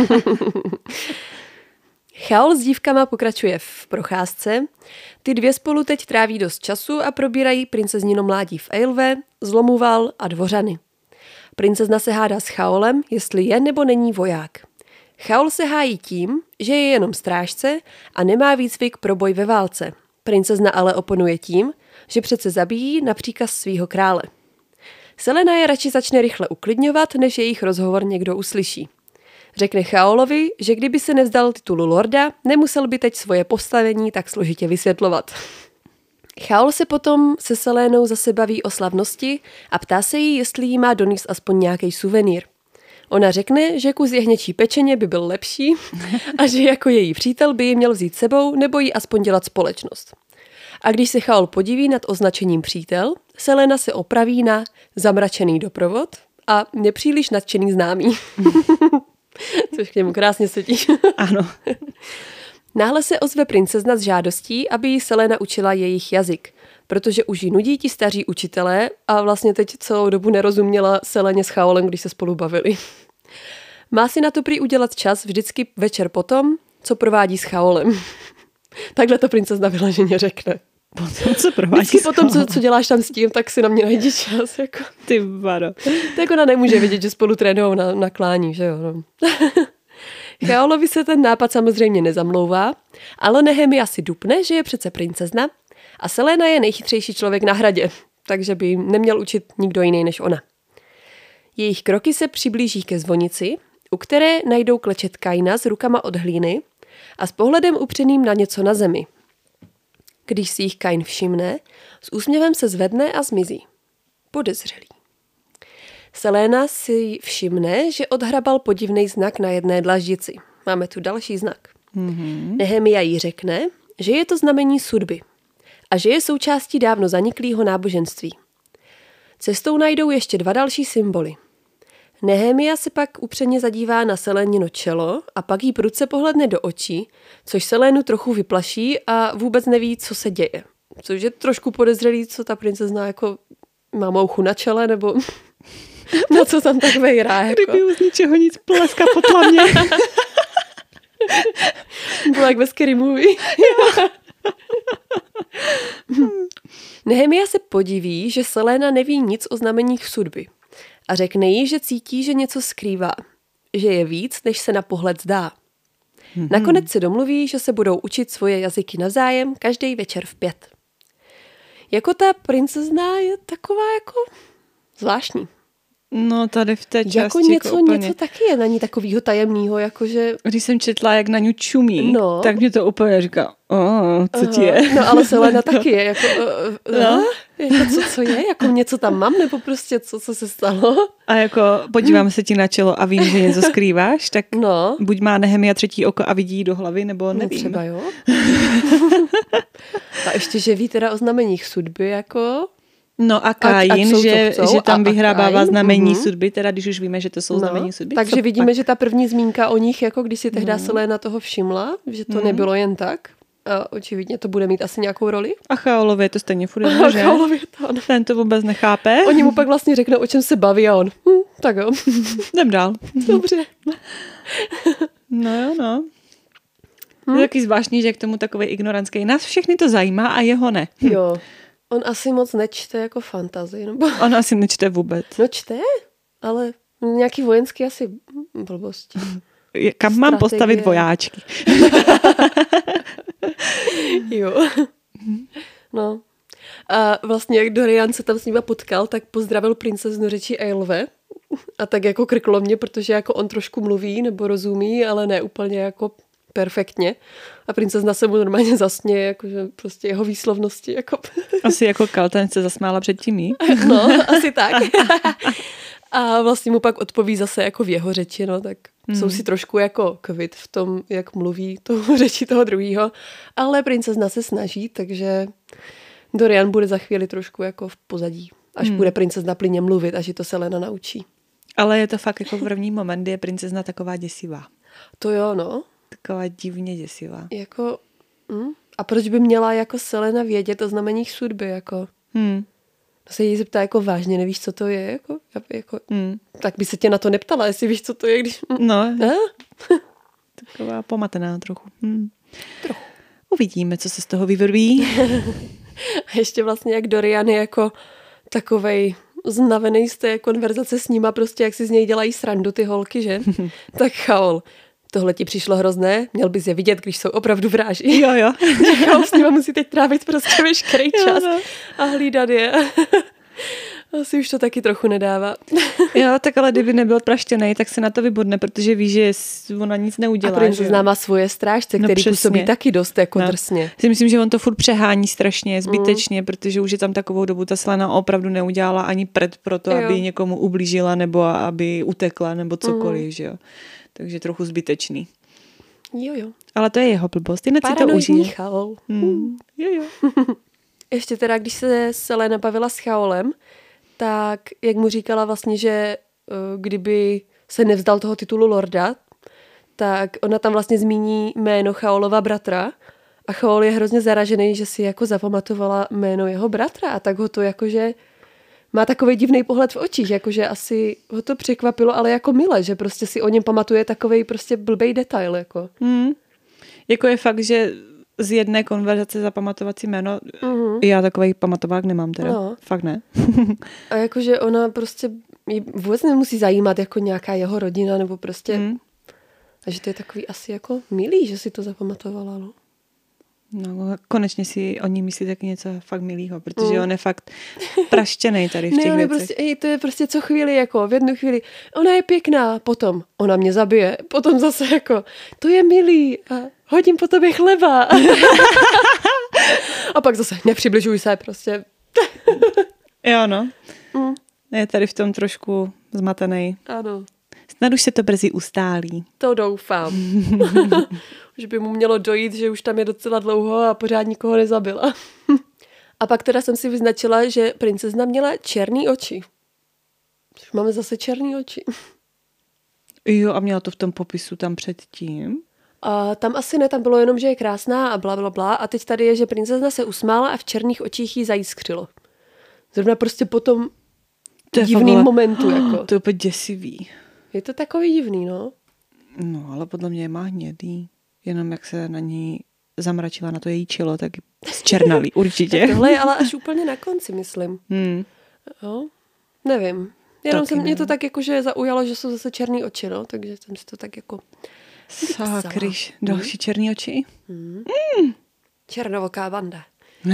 Chaol s dívkama pokračuje v procházce. Ty 2 spolu teď tráví dost času a probírají princeznino mládí v Eyllwe, Zlomuval a dvořany. Princezna se hádá s Chaolem, jestli je nebo není voják. Chaol se hájí tím, že je jenom strážce a nemá výcvik pro boj ve válce. Princezna ale oponuje tím, že přece zabíjí na příkaz svýho krále. Selena je radši začne rychle uklidňovat, než jejich rozhovor někdo uslyší. Řekne Chaolovi, že kdyby se nevzdal titulu lorda, nemusel by teď svoje postavení tak složitě vysvětlovat. Chaol se potom se Selénou zase baví o slavnosti a ptá se jí, jestli jí má donést aspoň nějaký suvenýr. Ona řekne, že kus jehněčí pečeně by byl lepší a že jako její přítel by ji měl vzít sebou nebo jí aspoň dělat společnost. A když se Chaol podiví nad označením přítel, Selena se opraví na zamračený doprovod a nepříliš nadšený známý. Což k němu krásně sedí. Ano. Náhle se ozve princezna s žádostí, aby jí Selena učila jejich jazyk, protože už jí nudí ti staří učitelé a vlastně teď celou dobu nerozuměla Seleně s Chaolem, když se spolu bavili. Má si na to prý udělat čas vždycky večer potom, co provádí s Chaolem. Takhle to princezna vyloženě řekne. Potom, co provádí vždycky potom, co děláš tam s tím, tak si na mě najdi čas. Jako. Ty vado. Tak ona nemůže vědět, že spolu trénujou na klání, že jo. No. Chaolovi se ten nápad samozřejmě nezamlouvá, ale Nehemia si dupne, že je přece princezna a Selena je nejchytřejší člověk na hradě. takže by jim neměl učit nikdo jiný než ona. Jejich kroky se přiblíží ke zvonici, u které najdou klečet Kaina s rukama od hlíny a s pohledem upřeným na něco na zemi. Když si jich Kain všimne, s úsměvem se zvedne a zmizí. Podezřelý. Selena si všimne, že odhrabal podivný znak na jedné dlaždici. Máme tu další znak. Nehemia jí řekne, že je to znamení sudby a že je součástí dávno zaniklého náboženství. Cestou najdou ještě 2 další symboly. Nehemia se pak upřeně zadívá na Selénino čelo a pak jí prudce pohledne do očí, což Selénu trochu vyplaší a vůbec neví, co se děje. Což je trošku podezřelý, co ta princezna jako má mouchu na čele, nebo na co tam tak vejrá. Jako. Kdyby z ničeho nic pleska po tlamě. Bylo jak ve Scary Movie. Nehemia se podiví, že Selena neví nic o znameních sudby a řekne jí, že cítí, že něco skrývá, že je víc, než se na pohled zdá. Nakonec se domluví, že se budou učit svoje jazyky navzájem každý večer v 5. Jako ta princezna je taková jako zvláštní. No tady v té části jako něco taky je na ní takového tajemného, jakože... Když jsem četla, jak na ní čumí, tak mě to úplně říká, co ti je? No ale Selena taky je, jako, jako co je, jako něco tam mám, nebo prostě co se stalo? A jako podívám se ti na čelo a vím, že něco skrýváš, tak buď má Nehemia 3. oko a vidí do hlavy, nebo nevím. No třeba jo. A ještě, že ví teda o znameních sudby, jako... No a Kain, že tam vyhrávává znamení sudby, teda když už víme, že to jsou znamení sudby. Takže vidíme, že ta první zmínka o nich, jako když si tehdy Selena toho všimla, že to nebylo jen tak. A očividně to bude mít asi nějakou roli. A Chaolovi je to stejně furt jedno, že? Chaolovi to ano. Ten to vůbec nechápe. Oni mu pak vlastně řeknou, o čem se baví a on. Tak jo. Jdem dál. Dobře. No jo, no. Je taky zvláštní, že je k tomu takový ignorantský. Nás všechny to zajímá a jeho ne. Jo. On asi moc nečte jako fantazii, nebo... On asi nečte vůbec. No čte, ale nějaký vojenský asi blbosti. Kam mám postavit vojáčky? Jo. No. A vlastně, jak Dorian se tam s nima potkal, tak pozdravil princeznu řečí Eilve. A tak jako krklo mě, protože jako on trošku mluví nebo rozumí, ale ne úplně jako perfektně. A princezna se mu normálně zasměje, jakože prostě jeho výslovnosti. Jako... Asi jako Kalten se zasmála předtím jí. No, asi tak. A vlastně mu pak odpoví zase jako v jeho řeči, no, tak jsou si trošku jako kvit v tom, jak mluví tou řeči toho druhýho. Ale princezna se snaží, takže Dorian bude za chvíli trošku jako v pozadí. Až bude princezna plyně mluvit, až ji to Selena naučí. Ale je to fakt jako první moment, kdy je princezna taková děsivá. To jo, no. Taková divně děsivá. Jako, a proč by měla jako Selena vědět o znameních sudby, jako? To se jí zeptá, jako vážně nevíš, co to je, jako tak by se tě na to neptala, jestli víš, co to je, když... No, taková pomatená trochu. Trochu. Uvidíme, co se z toho vyvrví. A ještě vlastně, jak Dorian je jako takovej znavený z té konverzace s nima, prostě jak si z něj dělají srandu ty holky, že? Tak Chaol, tohle ti přišlo hrozné, měl bys je vidět, když jsou opravdu vráží. Jo. Chaol s nima musí teď trávit prostě veškerý čas a hlídat je. Asi už to taky trochu nedává. Jo, tak ale kdyby nebyl praštěnej, tak se na to vybodne, protože ví, že ona nic neudělá. A princezna má svoje strážce, který působí taky dost jako drsně. Si myslím, že on to furt přehání strašně, zbytečně, protože už je tam takovou dobu ta Selena opravdu neudělala ani pro to, aby někomu ublížila, nebo aby utekla, nebo cokoliv, že jo. Takže trochu zbytečný. Jo. Ale to je jeho blbost, jinak si to užije. Chaol. Jo. Ještě teda, když se Selena bavila s Chaolem, tak jak mu říkala vlastně, že kdyby se nevzdal toho titulu lorda, tak ona tam vlastně zmíní jméno Chaolova bratra a Chaol je hrozně zaražený, že si jako zapamatovala jméno jeho bratra a tak ho to jakože má takový divný pohled v očích, jakože asi ho to překvapilo, ale jako mile, že prostě si o něm pamatuje takovej prostě blbej detail. Jako. Jako je fakt, že z jedné konverzace zapamatovat si jméno, já takový pamatovák nemám teda. No. Fakt ne. A jakože ona prostě vůbec nemusí zajímat jako nějaká jeho rodina, nebo prostě a že to je takový asi jako milý, že si to zapamatovala, no. No, konečně si o ní myslí taky něco fakt milýho, protože on je fakt praštěnej tady v těch věcech. Prostě, to je prostě co chvíli, jako v jednu chvíli, ona je pěkná, potom ona mě zabije, potom zase jako, to je milý a hodím po tobě chleba. A pak zase, nepřibližuj se, prostě. Jo, no. Je tady v tom trošku zmatenej. Ano. Snad už se to brzy ustálí. To doufám. Už by mu mělo dojít, že už tam je docela dlouho a pořád nikoho nezabila. A pak teda jsem si vyznačila, že princezna měla černý oči. Už máme zase černý oči. Jo, a měla to v tom popisu tam předtím? A tam asi ne, tam bylo jenom, že je krásná a bla, bla, bla. A teď tady je, že princezna se usmála a v černých očích jí zajiskřilo. Zrovna prostě po tom divným momentu. Jako. To je úplně děsivý. Je to takový divný, no. No, ale podle mě má hnědý. Jenom jak se na ní zamračila na to její čelo, tak zčernalý, určitě. Tak tohle je ale až úplně na konci, myslím. Jo? Nevím. Jenom mě to tak jako, že zaujalo, že jsou zase černý oči, no, takže jsem si to tak jako Sakryš, další černý oči? Černovoká banda.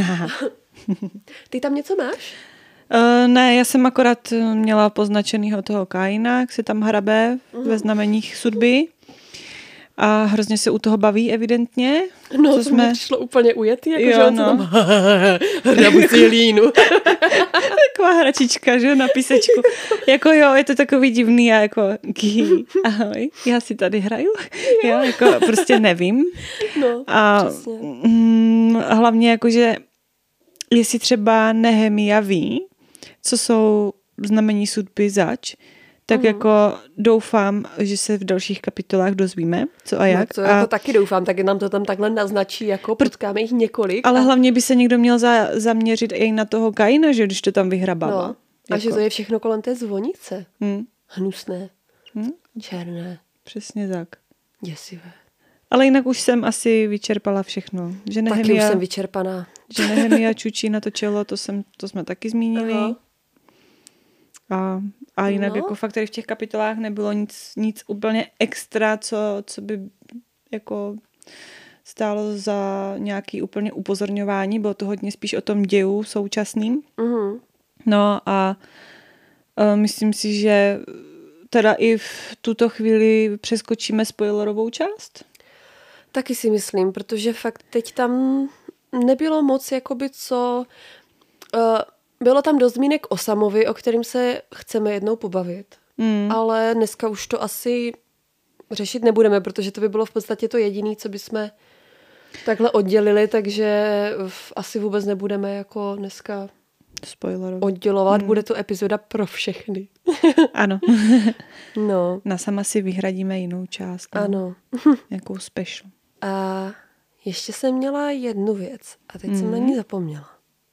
Ty tam něco máš? Ne, já jsem akorát měla poznačenýho toho Kaina, jak se tam hrabe ve znameních sudby. A hrozně se u toho baví, evidentně. No, to jsme přišlo úplně ujetý, jako že on se tam hrabu si línu. Taková hračička, že na písečku. Jako jo, je to takový divný a jako ahoj, já si tady hraju. Jo, jako prostě nevím. No, a hlavně jakože jestli třeba Nehemia ví, co jsou znamení sudby zač, tak jako doufám, že se v dalších kapitolách dozvíme, co a jak. No to jako taky doufám, tak nám to tam takhle naznačí, jako potkáme jich několik. Ale hlavně by se někdo měl zaměřit i na toho Kaina, že když to tam vyhrabává. No, a že to je všechno kolem té zvonice. Hnusné. Černé. Přesně tak. Děsivé. Ale jinak už jsem asi vyčerpala všechno. Že taky už jsem vyčerpaná. Že Nehemia čučí na to čelo, to jsme taky zmínili. A jinak jako fakt tady v těch kapitolách nebylo nic úplně extra, co by jako stálo za nějaký úplně upozorňování. Bylo to hodně spíš o tom děju současným. No a myslím si, že teda i v tuto chvíli přeskočíme spoilerovou část. Taky si myslím, protože fakt teď tam nebylo moc jakoby co... Bylo tam dost zmínek o Samovi, o kterým se chceme jednou pobavit. Ale dneska už to asi řešit nebudeme, protože to by bylo v podstatě to jediné, co bychom takhle oddělili, takže asi vůbec nebudeme jako dneska oddělovat. Bude to epizoda pro všechny. Ano. No. Na sama si vyhradíme jinou část. No? Ano. Nějakou special. A ještě jsem měla jednu věc a teď jsem na ní zapomněla.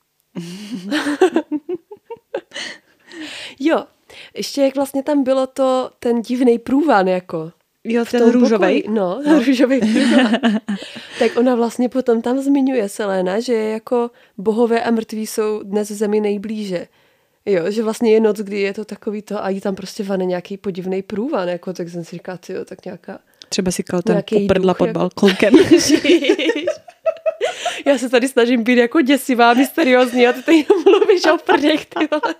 Jo, ještě jak vlastně tam bylo ten divnej průvan, jako. Jo, ten růžovej. No, růžovej průvan. Tak ona vlastně potom tam zmiňuje Selena, že jako bohové a mrtví jsou dnes zemi nejblíže. Jo, že vlastně je noc, kdy je to takový to a jí tam prostě vane nějaký podivnej průvan, jako, tak jsem si říkala, tyjo, tak nějaká... Třeba si Kalten poprdla pod balkonkem. Já se tady snažím být jako děsivá, mysteriózní a ty tady mluvíš o prdech, ty vole.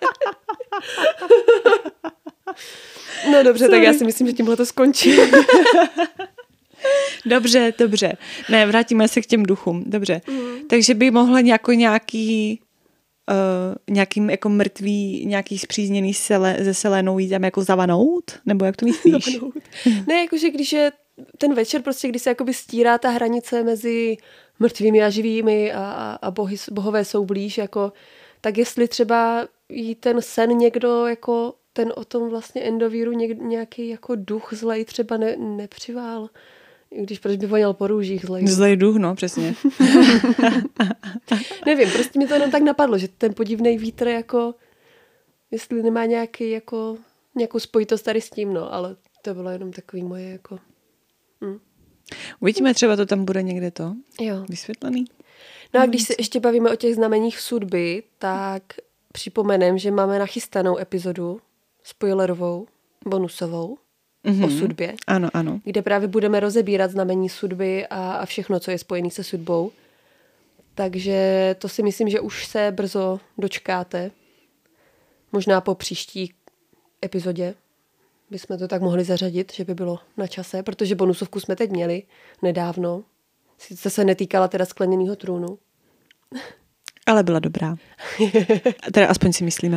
No dobře, tak já si myslím, že tímhle to skončí. Dobře. Ne, vrátíme se k těm duchům. Dobře. Takže by mohla nějakým jako mrtvý, nějaký zpřízněný ze Selenou jít tam jako zavanout? Nebo jak to myslíš? Ne, jakože když je ten večer, prostě když se jakoby stírá ta hranice mezi mrtvými a živými a bohové jsou blíž, jako, tak jestli třeba jí ten sen někdo, jako ten o tom vlastně endovíru nějaký jako duch zlej třeba nepřivál. Když proč by voněl po růžích zlej. Zlej duch, no, přesně. Nevím, prostě mi to jenom tak napadlo, že ten podivnej vítr jako, jestli nemá nějakou spojitost tady s tím, no, ale to bylo jenom takový moje jako... Uvidíme, třeba to tam bude někde vysvětlený. No a když se ještě bavíme o těch znameních sudby, tak připomenem, že máme nachystanou epizodu spoilerovou, bonusovou o sudbě. Ano. Kde právě budeme rozebírat znamení sudby a všechno, co je spojené se sudbou. Takže to si myslím, že už se brzo dočkáte. Možná po příští epizodě bychom to tak mohli zařadit, že by bylo na čase, protože bonusovku jsme teď měli nedávno. Sice se netýkala teda skleněného trůnu. Ale byla dobrá. Teda aspoň si myslíme.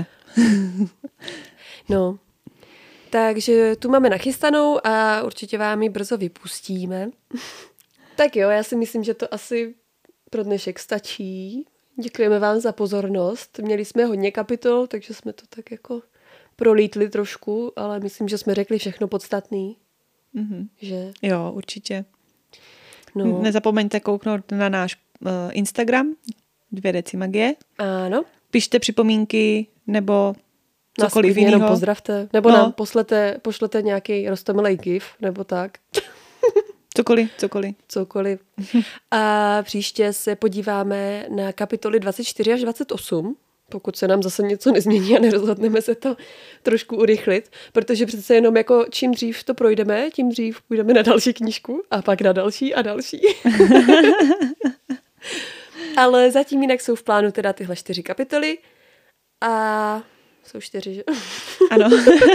No, takže tu máme nachystanou a určitě vám ji brzo vypustíme. Tak jo, já si myslím, že to asi pro dnešek stačí. Děkujeme vám za pozornost. Měli jsme hodně kapitol, takže jsme to tak jako prolítli trošku, ale myslím, že jsme řekli všechno podstatné. Mm-hmm. Že... Jo, určitě. No. Nezapomeňte kouknout na náš Instagram 2 Decimagie. Ano. Pište připomínky nebo cokoliv jiného. jiného. Pozdravte. Nebo nám pošlete nějaký roztomilej gif, nebo tak. Cokoliv. A příště se podíváme na kapitoly 24 až 28, pokud se nám zase něco nezmění a nerozhodneme se to trošku urychlit, protože přece jenom jako čím dřív to projdeme, tím dřív půjdeme na další knížku a pak na další a další. Ale zatím jinak jsou v plánu teda tyhle 4 kapitoly a jsou 4, že? Ano.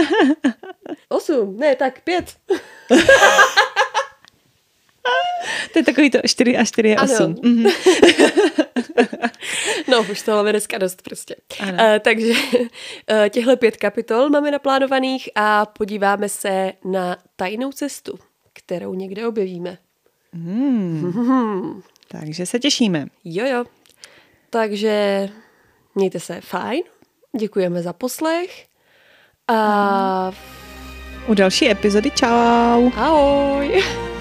8, ne, tak 5. To je takový to 4 a 4 je 8. Mm-hmm. No, už toho máme dneska dost prostě. Takže těchto 5 kapitol máme naplánovaných a podíváme se na tajnou cestu, kterou někde objevíme. Takže se těšíme. Jo. Takže mějte se fajn. Děkujeme za poslech. A u další epizody čau. Ahoj.